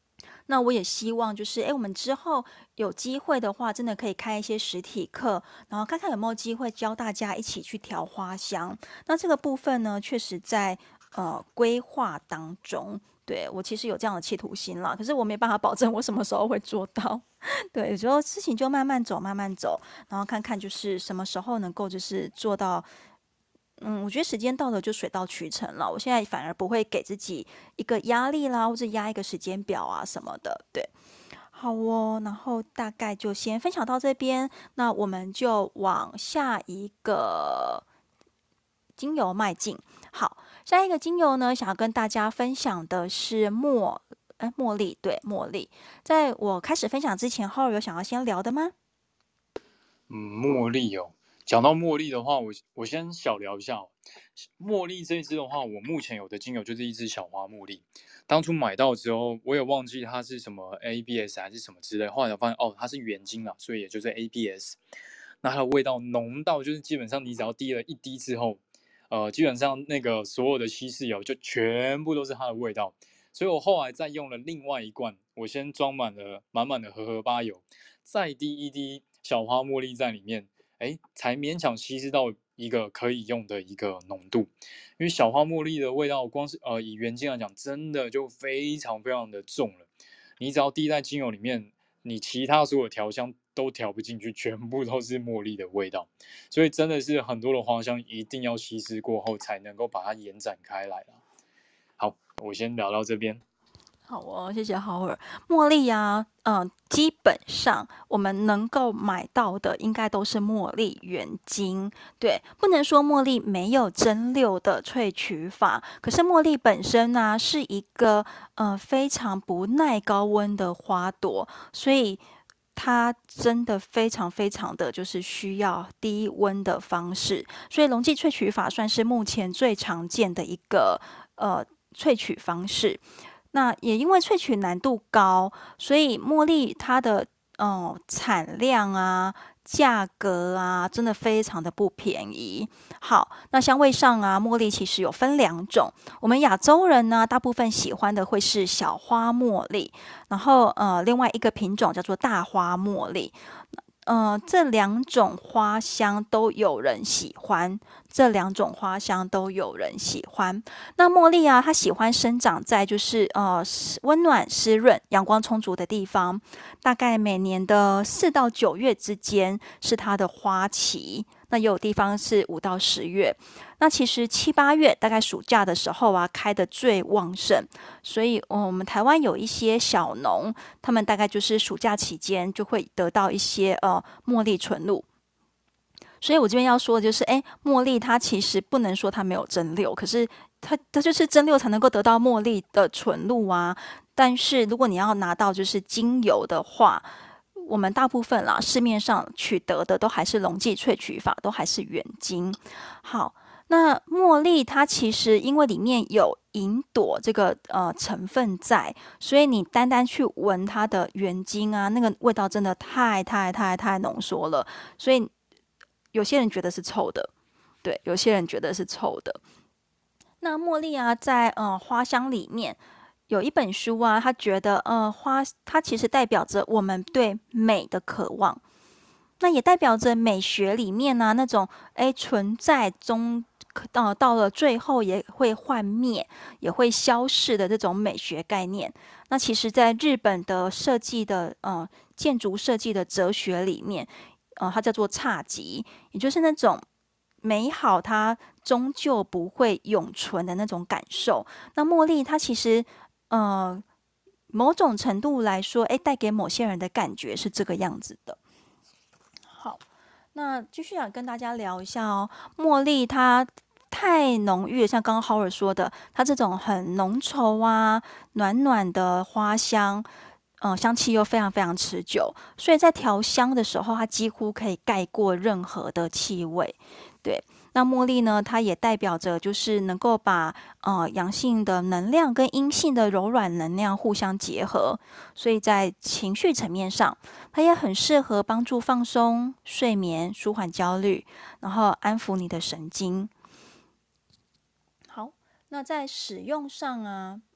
那我也希望就是，哎，我们之后有机会的话，真的可以开一些实体课，然后看看有没有机会教大家一起去调花香。那这个部分呢，确实在呃规划当中。对，我其实有这样的企图心啦，可是我没办法保证我什么时候会做到。对，有时候事情就慢慢走，慢慢走，然后看看就是什么时候能够就是做到。嗯，我觉得时间到了就水到渠成了。我现在反而不会给自己一个压力啦，或者压一个时间表啊什么的。对，好哦，然后大概就先分享到这边，那我们就往下一个精油迈进。好，下一个精油呢，想要跟大家分享的是茉，哎，茉莉，对，茉莉。在我开始分享之前，浩尔有想要先聊的吗？ 嗯，茉莉哦，讲到茉莉的话，我我先小聊一下哦。茉莉这一支的话，我目前有的精油就是一支小花茉莉。当初买到之后，我也忘记它是什么 A B S 还是什么之类，后来我发现哦，它是原精啦，所以也就是 A B S。那它的味道浓到就是基本上你只要滴了一滴之后，呃，基本上那个所有的稀释油就全部都是它的味道。所以我后来再用了另外一罐，我先装满了满满的荷荷巴油，再滴一滴小花茉莉在里面，哎，才勉强稀释到一个可以用的一个浓度。因为小花茉莉的味道，光是呃以原精来讲，真的就非常非常的重了。你只要滴在精油里面，你其他所有调香都调不进去，全部都是茉莉的味道。所以真的是很多的花香一定要稀释过后，才能够把它延展开来啦。好，我先聊到这边。 好哦，谢谢浩尔。茉莉呀、嗯、呃，基本上我们能够买到的应该都是茉莉原精。对，不能说茉莉没有蒸馏的萃取法，可是茉莉本身呢、是一个呃非常不耐高温的花朵，所以它真的非常非常的就是需要低温的方式。所以溶剂萃取法算是目前最常见的一个呃萃取方式。那也因为萃取难度高，所以茉莉它的嗯产量啊、价格啊，真的非常的不便宜。好，那香味上啊，茉莉其实有分两种。我们亚洲人呢，大部分喜欢的会是小花茉莉，然后呃，另外一个品种叫做大花茉莉。呃，这两种花香都有人喜欢，这两种花香都有人喜欢。那茉莉啊，它喜欢生长在就是呃湿温暖、湿润、阳光充足的地方，大概每年的四到九月之间是它的花期。那也有地方是五到十月，那其实七八月大概暑假的时候啊，开的最旺盛，所以、嗯、我们台湾有一些小农，他们大概就是暑假期间就会得到一些呃茉莉纯露。所以我这边要说的就是，哎，茉莉它其实不能说它没有蒸馏，可是它它就是蒸馏才能够得到茉莉的纯露啊。但是如果你要拿到就是精油的话，我们大部分啦市面上取得的都还是溶剂萃取法，都还是原精。好，那茉莉它其实因为里面有银朵这个呃成分在，所以你单单去闻它的原精啊，那个味道真的太太太太浓缩了，所以有些人觉得是臭的，对，有些人觉得是臭的。那茉莉啊，在呃花香里面有一本书啊，他觉得呃花它其实代表着我们对美的渴望，那也代表着美学里面呢、啊、那种哎存在中。到到了最后也会幻灭，也会消逝的这种美学概念。那其实，在日本的设计的呃建筑设计的哲学里面，呃，它叫做侘寂，也就是那种美好，它终究不会永存的那种感受。那茉莉它其实呃某种程度来说，哎，带给某些人的感觉是这个样子的。好，那继续想跟大家聊一下哦，茉莉它太浓郁了，像刚刚 Howard 说的，它这种很浓稠啊、暖暖的花香，嗯、香气又非常非常持久，所以在调香的时候，它几乎可以盖过任何的气味。对，那茉莉呢，它也代表着就是能够把呃阳性的能量跟阴性的柔软能量互相结合，所以在情绪层面上，它也很适合帮助放松、睡眠、舒缓焦虑，然后安抚你的神经。好，那在使用上啊。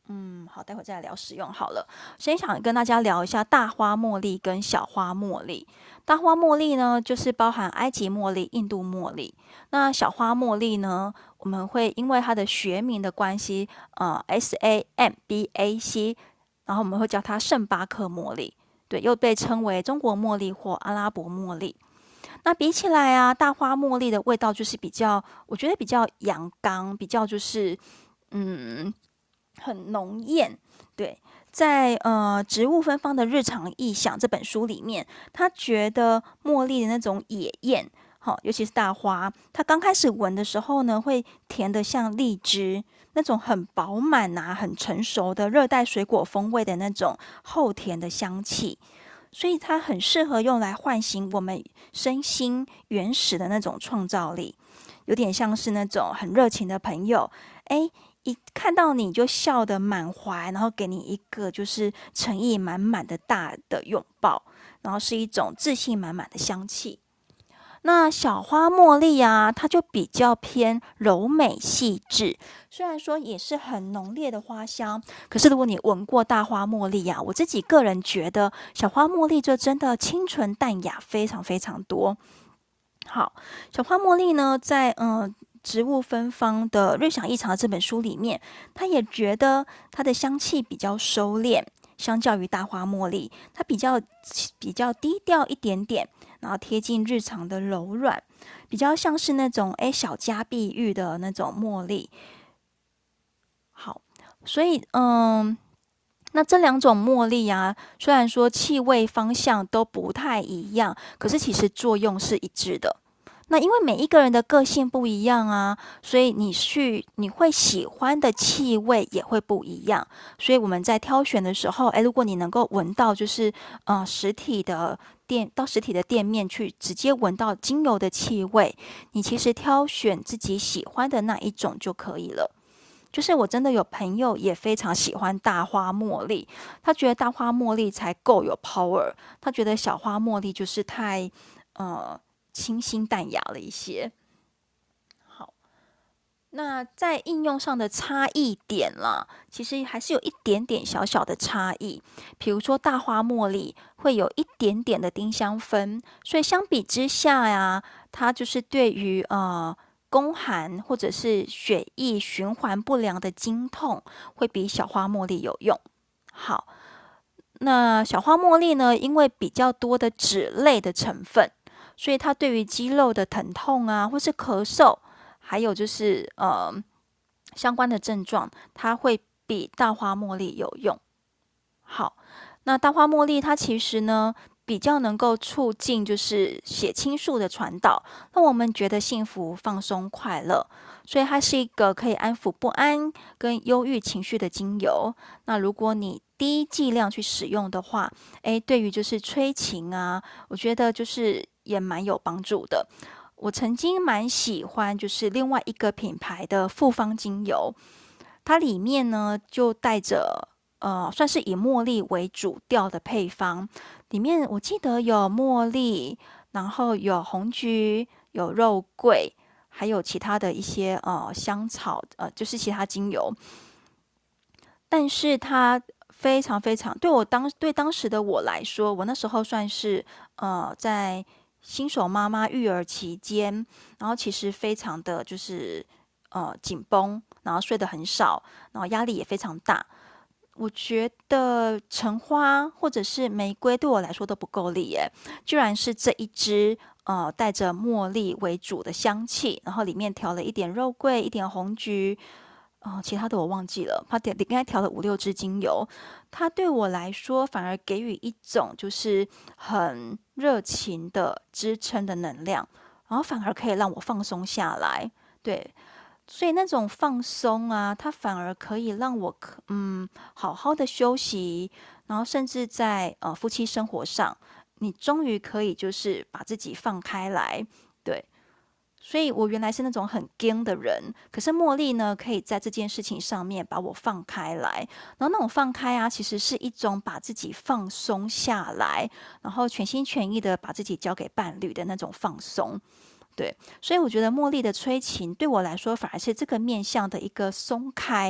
嗯，好，待会再来聊使用好了。先想跟大家聊一下大花茉莉跟小花茉莉。大花茉莉呢，就是包含埃及茉莉、印度茉莉。那小花茉莉呢，我们会因为它的学名的关系，呃，S A M B A C，然后我们会叫它圣巴克茉莉，对，又被称为中国茉莉或阿拉伯茉莉。那比起来啊，大花茉莉的味道就是比较，我觉得比较阳刚，比较就是嗯。很浓艳，对，在呃《植物芬芳的日常意象》这本书里面，他觉得茉莉的那种野艳，好，尤其是大花，它刚开始闻的时候呢，会甜得像荔枝，那种很饱满啊、很成熟的热带水果风味的那种厚甜的香气，所以它很适合用来唤醒我们身心原始的那种创造力，有点像是那种很热情的朋友，哎。一看到你就笑得满怀，然后给你一个就是诚意满满的大的拥抱，然后是一种自信满满的香气。那小花茉莉啊，它就比较偏柔美细致，虽然说也是很浓烈的花香，可是如果你闻过大花茉莉啊，我自己个人觉得小花茉莉就真的清纯淡雅非常非常多。好，小花茉莉呢，在嗯。呃植物芬芳的日想异常的这本书里面，他也觉得它的香气比较收敛，相较于大花茉莉，它比较比较低调一点点，然后贴近日常的柔软，比较像是那种诶小家碧玉的那种茉莉。好，所以嗯，那这两种茉莉啊，虽然说气味方向都不太一样，可是其实作用是一致的。那因为每一个人的个性不一样啊，所以你去你会喜欢的气味也会不一样。所以我们在挑选的时候，诶，如果你能够闻到，就是呃实体的店到实体的店面去直接闻到精油的气味，你其实挑选自己喜欢的那一种就可以了。就是我真的有朋友也非常喜欢大花茉莉，他觉得大花茉莉才够有 power，他觉得小花茉莉就是太呃。清新淡雅了一些。好，那在应用上的差异点啦，其实还是有一点点小小的差异。比如说大花茉莉会有一点点的丁香酚，所以相比之下呀，它就是对于呃宫寒或者是血液循环不良的经痛，会比小花茉莉有用。好，那小花茉莉呢，因为比较多的脂类的成分。所以它对于肌肉的疼痛啊，或是咳嗽，还有就是呃相关的症状，它会比大花茉莉有用。好，那大花茉莉它其实呢比较能够促进就是血清素的传导，让我们觉得幸福、放松、快乐。所以它是一个可以安抚不安跟忧郁情绪的精油。那如果你低剂量去使用的话，诶，对于就是催情啊，我觉得就是也蛮有帮助的。我曾经蛮喜欢就是另外一个品牌的复方精油，它里面呢就带着呃算是以茉莉为主调的配方，里面我记得有茉莉，然后有红菊，有肉桂，还有其他的一些呃香草，呃就是其他精油，但是它非常非常对我当对当时的我来说，我那时候算是呃在新手妈妈育儿期间，然后其实非常的就是呃紧绷，然后睡得很少，然后压力也非常大。我觉得橙花或者是玫瑰对我来说都不够力耶，居然是这一支呃带着茉莉为主的香气，然后里面调了一点肉桂，一点红菊，哦，其他的我忘记了。它点应该调了五六支精油，它对我来说反而给予一种就是很热情的支撑的能量，然后反而可以让我放松下来。对，所以那种放松啊，它反而可以让我可嗯好好的休息，然后甚至在呃夫妻生活上，你终于可以就是把自己放开来，对。所以我原来是那种很僵的人，可是茉莉呢，可以在这件事情上面把我放开来，然后那种放开啊，其实是一种把自己放松下来，然后全心全意的把自己交给伴侣的那种放松。对，所以我觉得茉莉的催情对我来说，反而是这个面向的一个松开，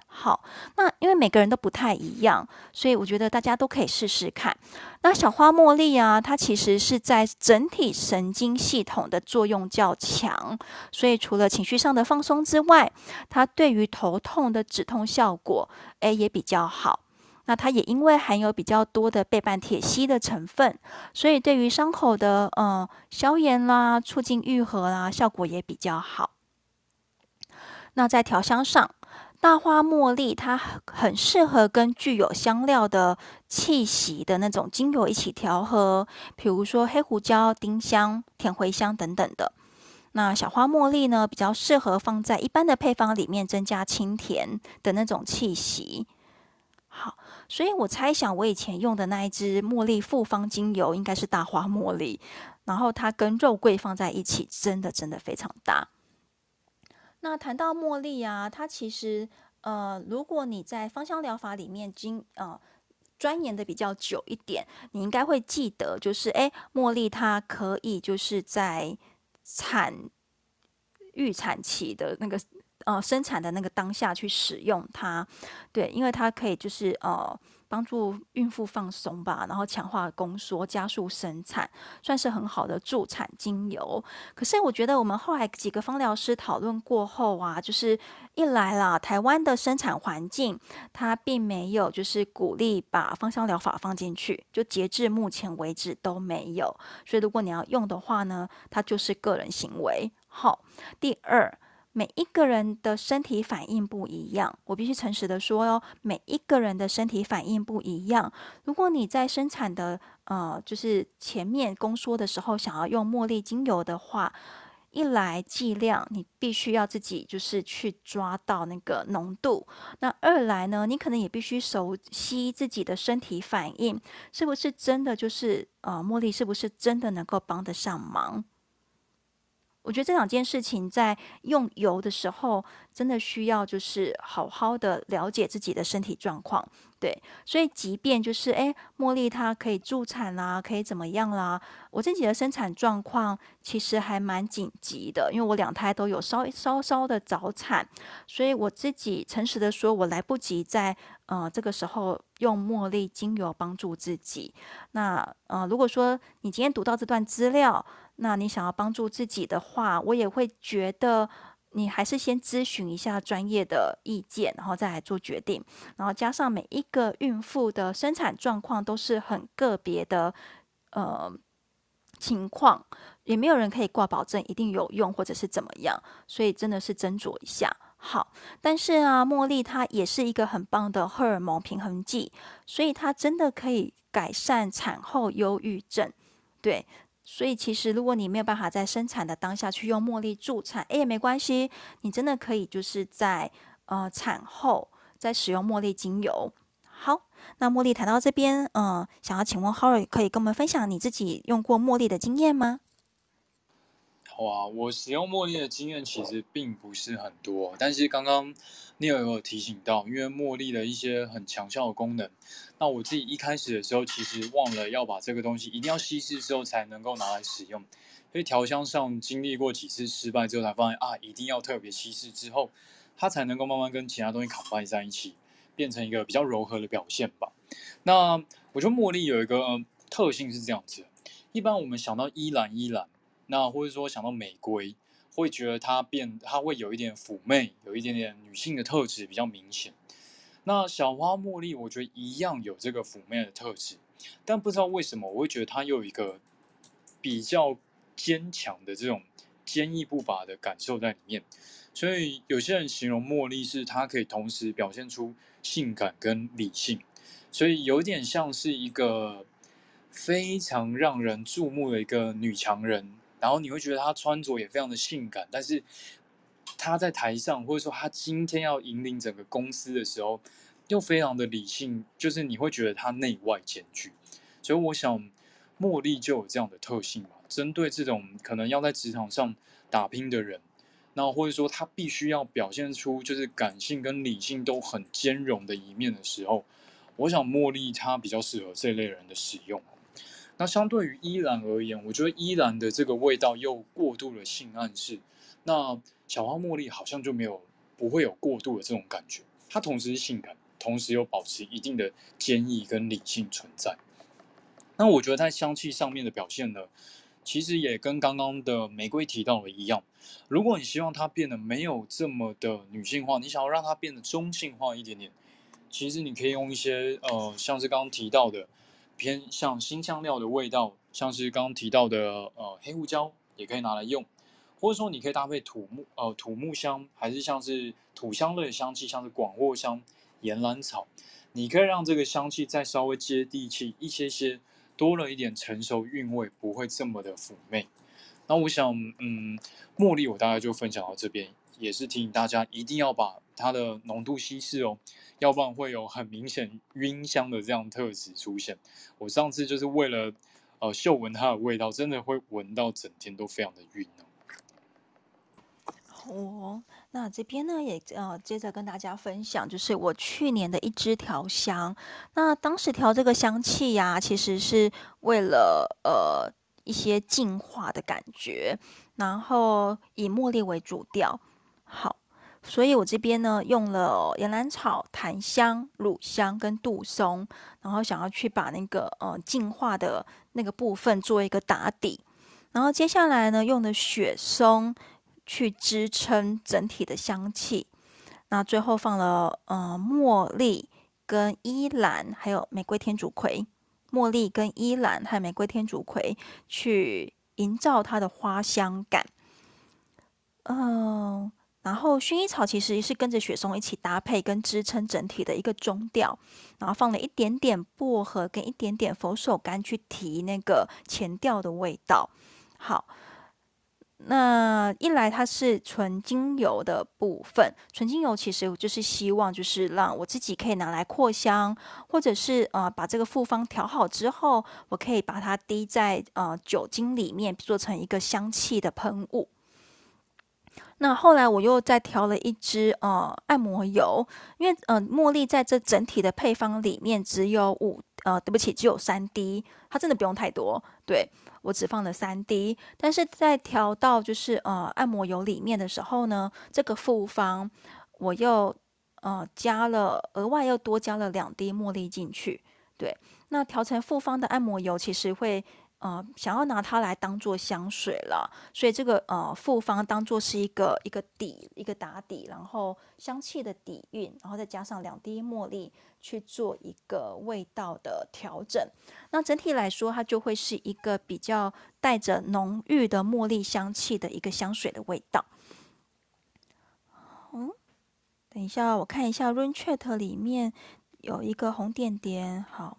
好，那因为每个人都不太一样，所以我觉得大家都可以试试看。那小花茉莉啊，它其实是在整体神经系统的作用较强，所以除了情绪上的放松之外，它对于头痛的止痛效果，诶也比较好。那它也因为含有比较多的倍半萜烯的成分，所以对于伤口的呃消炎啦、促进愈合啦，效果也比较好。那在调香上，大花茉莉它很适合跟具有香料的气息的那种精油一起调和，比如说黑胡椒、丁香、甜茴香等等的。那小花茉莉呢，比较适合放在一般的配方里面，增加清甜的那种气息。好，所以我猜想我以前用的那一支茉莉复方精油应该是大花茉莉，然后它跟肉桂放在一起，真的真的非常搭。那谈到茉莉啊，它其实呃，如果你在芳香疗法里面经呃钻研的比较久一点，你应该会记得，就是诶，茉莉它可以就是在产预产期的那个呃生产的那个当下去使用它，对，因为它可以就是呃帮助孕妇放松吧，然后强化宫缩，加速生产，算是很好的助产精油。可是我觉得我们后来几个芳疗师讨论过后啊，就是一来啦，台湾的生产环境它并没有就是鼓励把芳香疗法放进去，就截至目前为止都没有。所以如果你要用的话呢，它就是个人行为。好，第二。每一个人的身体反应不一样，我必须诚实的说哦，每一个人的身体反应不一样。如果你在生产的呃，就是前面宫缩的时候想要用茉莉精油的话，一来剂量你必须要自己就是去抓到那个浓度，那二来呢，你可能也必须熟悉自己的身体反应，是不是真的就是呃，茉莉是不是真的能够帮得上忙？我觉得这两件事情在用油的时候，真的需要就是好好的了解自己的身体状况，对，所以即便就是诶，茉莉它可以助产啦，可以怎么样啦，我自己的生产状况其实还蛮紧急的，因为我两胎都有稍稍稍的早产，所以我自己诚实的说，我来不及在呃这个时候用茉莉精油帮助自己。那呃，如果说你今天读到这段资料，那你想要帮助自己的话，我也会觉得你还是先咨询一下专业的意见，然后再来做决定。然后加上每一个孕妇的生产状况都是很个别的，呃，情况，也没有人可以挂保证一定有用或者是怎么样，所以真的是斟酌一下。好，但是啊，茉莉它也是一个很棒的荷尔蒙平衡剂，所以它真的可以改善产后忧郁症。对，所以其实如果你没有办法在生产的当下去用茉莉助产，诶，也没关系，你真的可以就是在呃产后再使用茉莉精油。好，那茉莉谈到这边，嗯、呃，想要请问 Howard 可以跟我们分享你自己用过茉莉的经验吗？ 好啊，我使用茉莉的经验其实并不是很多，但是刚刚 Neil 有提醒到，因为茉莉的一些很强效的功能，那我自己一开始的时候其实忘了要把这个东西一定要稀释之后才能够拿来使用，所以调香上经历过几次失败之后才发现啊，一定要特别稀释之后，它才能够慢慢跟其他东西 combine 在一起，变成一个比较柔和的表现吧。那我觉得茉莉有一个、呃特性是这样子的，一般我们想到依兰依兰。那或者说想到玫瑰，会觉得它变，它会有一点妩媚，有一点点女性的特质比较明显。那小花茉莉，我觉得一样有这个妩媚的特质，但不知道为什么，我会觉得它又有一个比较坚强的这种坚毅不拔的感受在里面。所以有些人形容茉莉是它可以同时表现出性感跟理性，所以有点像是一个非常让人注目的一个女强人。然后你会觉得她穿着也非常的性感，但是她在台上，或者说她今天要引领整个公司的时候，又非常的理性，就是你会觉得她内外兼具。所以我想，茉莉就有这样的特性嘛。针对这种可能要在职场上打拼的人，那或者说他必须要表现出就是感性跟理性都很兼容的一面的时候，我想茉莉它比较适合这类人的使用。那相对于依兰而言，我觉得依兰的这个味道又过度了性暗示，那小花茉莉好像就没有不会有过度的这种感觉。 它同时是性感，同时又保持一定的坚毅跟理性存在。那我觉得在香气上面的表现呢，其实也跟刚刚的玫瑰提到的一样，如果你希望它变得没有这么的女性化，你想要让它变得中性化一点点，其实你可以用一些呃，像是刚刚提到的偏向新香料的味道，像是刚刚提到的呃黑胡椒也可以拿来用，或者说你可以搭配土木呃土木香，还是像是土香类的香气，像是广藿香、岩兰草，你可以让这个香气再稍微接地气一些些，多了一点成熟韵味，不会这么的妩媚。那我想，嗯，茉莉我大概就分享到这边，也是提醒大家一定要把它的浓度稀释哦，要不然会有很明显晕香的这样特质出现。我上次就是为了呃嗅闻它的味道，真的会闻到整天都非常的晕哦。 哦，那这边呢也呃接着跟大家分享，就是我去年的一支调香。那当时调这个香气呀、其实是为了呃一些净化的感觉，然后以茉莉为主调。好，所以我这边呢用了岩兰草、檀香、乳香跟杜松，然后想要去把那个呃净化的那个部分做一个打底。然后接下来呢，用的雪松去支撑整体的香气。那最后放了呃茉莉跟依兰，还有玫瑰天竺葵。茉莉跟依兰还有玫瑰天竺葵去营造它的花香感。嗯、然后薰衣草其实是跟着雪松一起搭配，跟支撑整体的一个中调。然后放了一点点薄荷跟一点点佛手柑去提那个前调的味道。好，那一来它是纯精油的部分，纯精油其实就是希望就是让我自己可以拿来扩香，或者是呃把这个复方调好之后，我可以把它滴在呃酒精里面做成一个香气的喷雾。那后来我又再调了一支呃按摩油，因为呃茉莉在这整体的配方里面只有五呃对不起只有三滴，它真的不用太多，对我只放了三滴，但是在调到就是呃按摩油里面的时候呢，这个复方我又呃加了额外又多加了两滴茉莉进去，对，那调成复方的按摩油其实会。呃，想要拿它来当做香水了，所以这个呃复方当做是一个一个底一个打底，然后香气的底蕴，然后再加上两滴茉莉去做一个味道的调整。那整体来说，它就会是一个比较带着浓郁的茉莉香气的一个香水的味道。嗯，等一下，我看一下 Rune Chat 里面有一个红点点，好。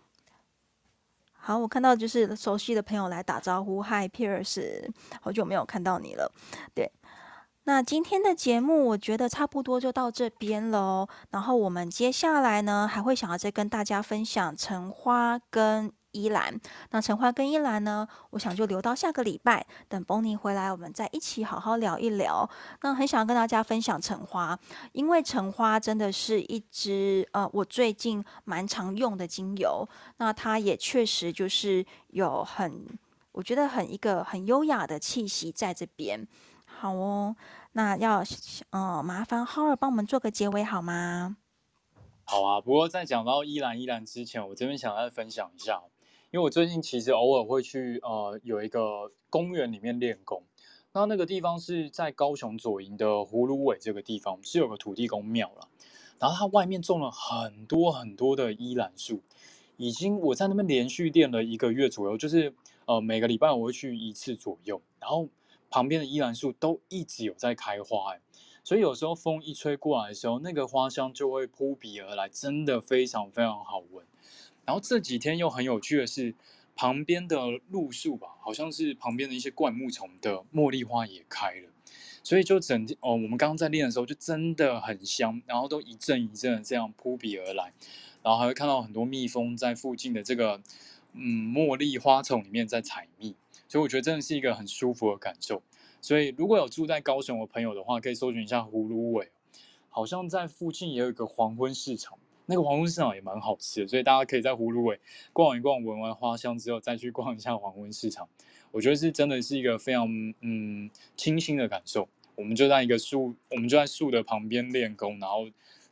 好，我看到就是熟悉的朋友来打招呼，Hi Pierce，好久没有看到你了。对，那今天的节目我觉得差不多就到这边喽。然后我们接下来呢，还会想要再跟大家分享橙花跟依兰。那橙花跟依兰呢，我想就留到下个礼拜，等 Bonnie 回来，我们再一起好好聊一聊。那很想跟大家分享橙花，因为橙花真的是一支呃我最近蛮常用的精油。那它也确实就是有很，我觉得很一个很优雅的气息在这边。好哦，那要呃麻烦浩尔帮我们做个结尾好吗？ 好啊，不过在讲到依兰依兰之前，我这边想再分享一下，因为我最近其实偶尔会去呃有一个公园里面练功，那那个地方是在高雄左营的葫芦尾这个地方，是有个土地公庙了，然后它外面种了很多很多的依兰树，已经我在那边连续练了一个月左右，就是呃每个礼拜我会去一次左右，然后旁边的依兰树都一直有在开花，哎。所以有时候风一吹过来的时候，那个花香就会扑鼻而来，真的非常非常好闻。然后这几天又很有趣的是，旁边的路树吧，好像是旁边的一些灌木丛的茉莉花也开了，所以就整天哦，我们刚刚在练的时候就真的很香，然后都一阵一阵的这样扑鼻而来，然后还会看到很多蜜蜂在附近的这个嗯茉莉花丛里面在采蜜，所以我觉得真的是一个很舒服的感受。所以如果有住在高雄的朋友的话，可以搜寻一下葫芦尾，好像在附近也有一个黄昏市场，那个黄昏市场也蛮好吃的，所以大家可以在葫芦尾逛一逛，闻完花香之后再去逛一下黄昏市场，我觉得是真的是一个非常嗯清新的感受。我们就在一个树，我们就在树的旁边练功，然后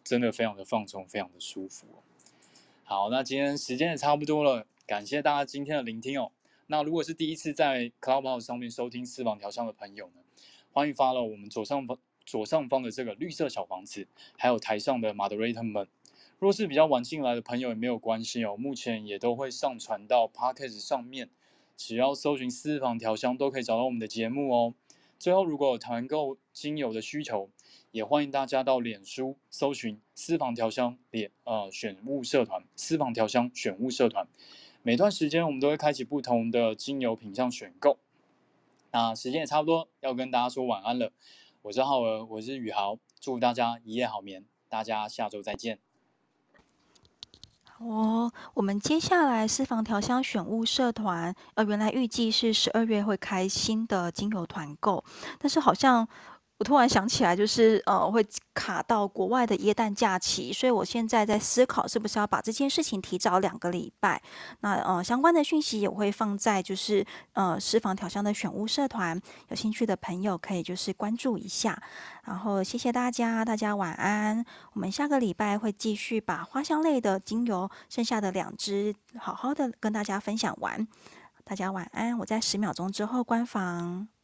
真的非常的放松，非常的舒服哦。好，那今天时间也差不多了，感谢大家今天的聆听哦。那如果是第一次在 Clubhouse 上面收听私房调香的朋友呢，欢迎 follow 我们左上方左上方的这个绿色小房子，还有台上的 moderator 们。若是比较晚进来的朋友也没有关系哦，目前也都会上传到 Podcast 上面，只要搜寻私房调香都可以找到我们的节目哦。最后，如果有团购精油的需求，也欢迎大家到脸书搜寻私房调香脸呃选物社团，私房调香选物社团。每段时间我们都会开启不同的精油品项选购。那时间也差不多，要跟大家说晚安了。我是浩儿，我是宇豪，祝大家一夜好眠，大家下周再见。 哦，我们接下来私房调香选物社团，呃，原来预计是十二月会开新的精油团购，但是好像我突然想起来，就是呃会卡到国外的耶诞假期，所以我现在在思考是不是要把这件事情提早两个礼拜。那呃相关的讯息也会放在就是呃私房调香的选物社团，有兴趣的朋友可以就是关注一下。然后谢谢大家，大家晚安。我们下个礼拜会继续把花香类的精油剩下的两支好好的跟大家分享完。大家晚安，我在十秒钟之后关房。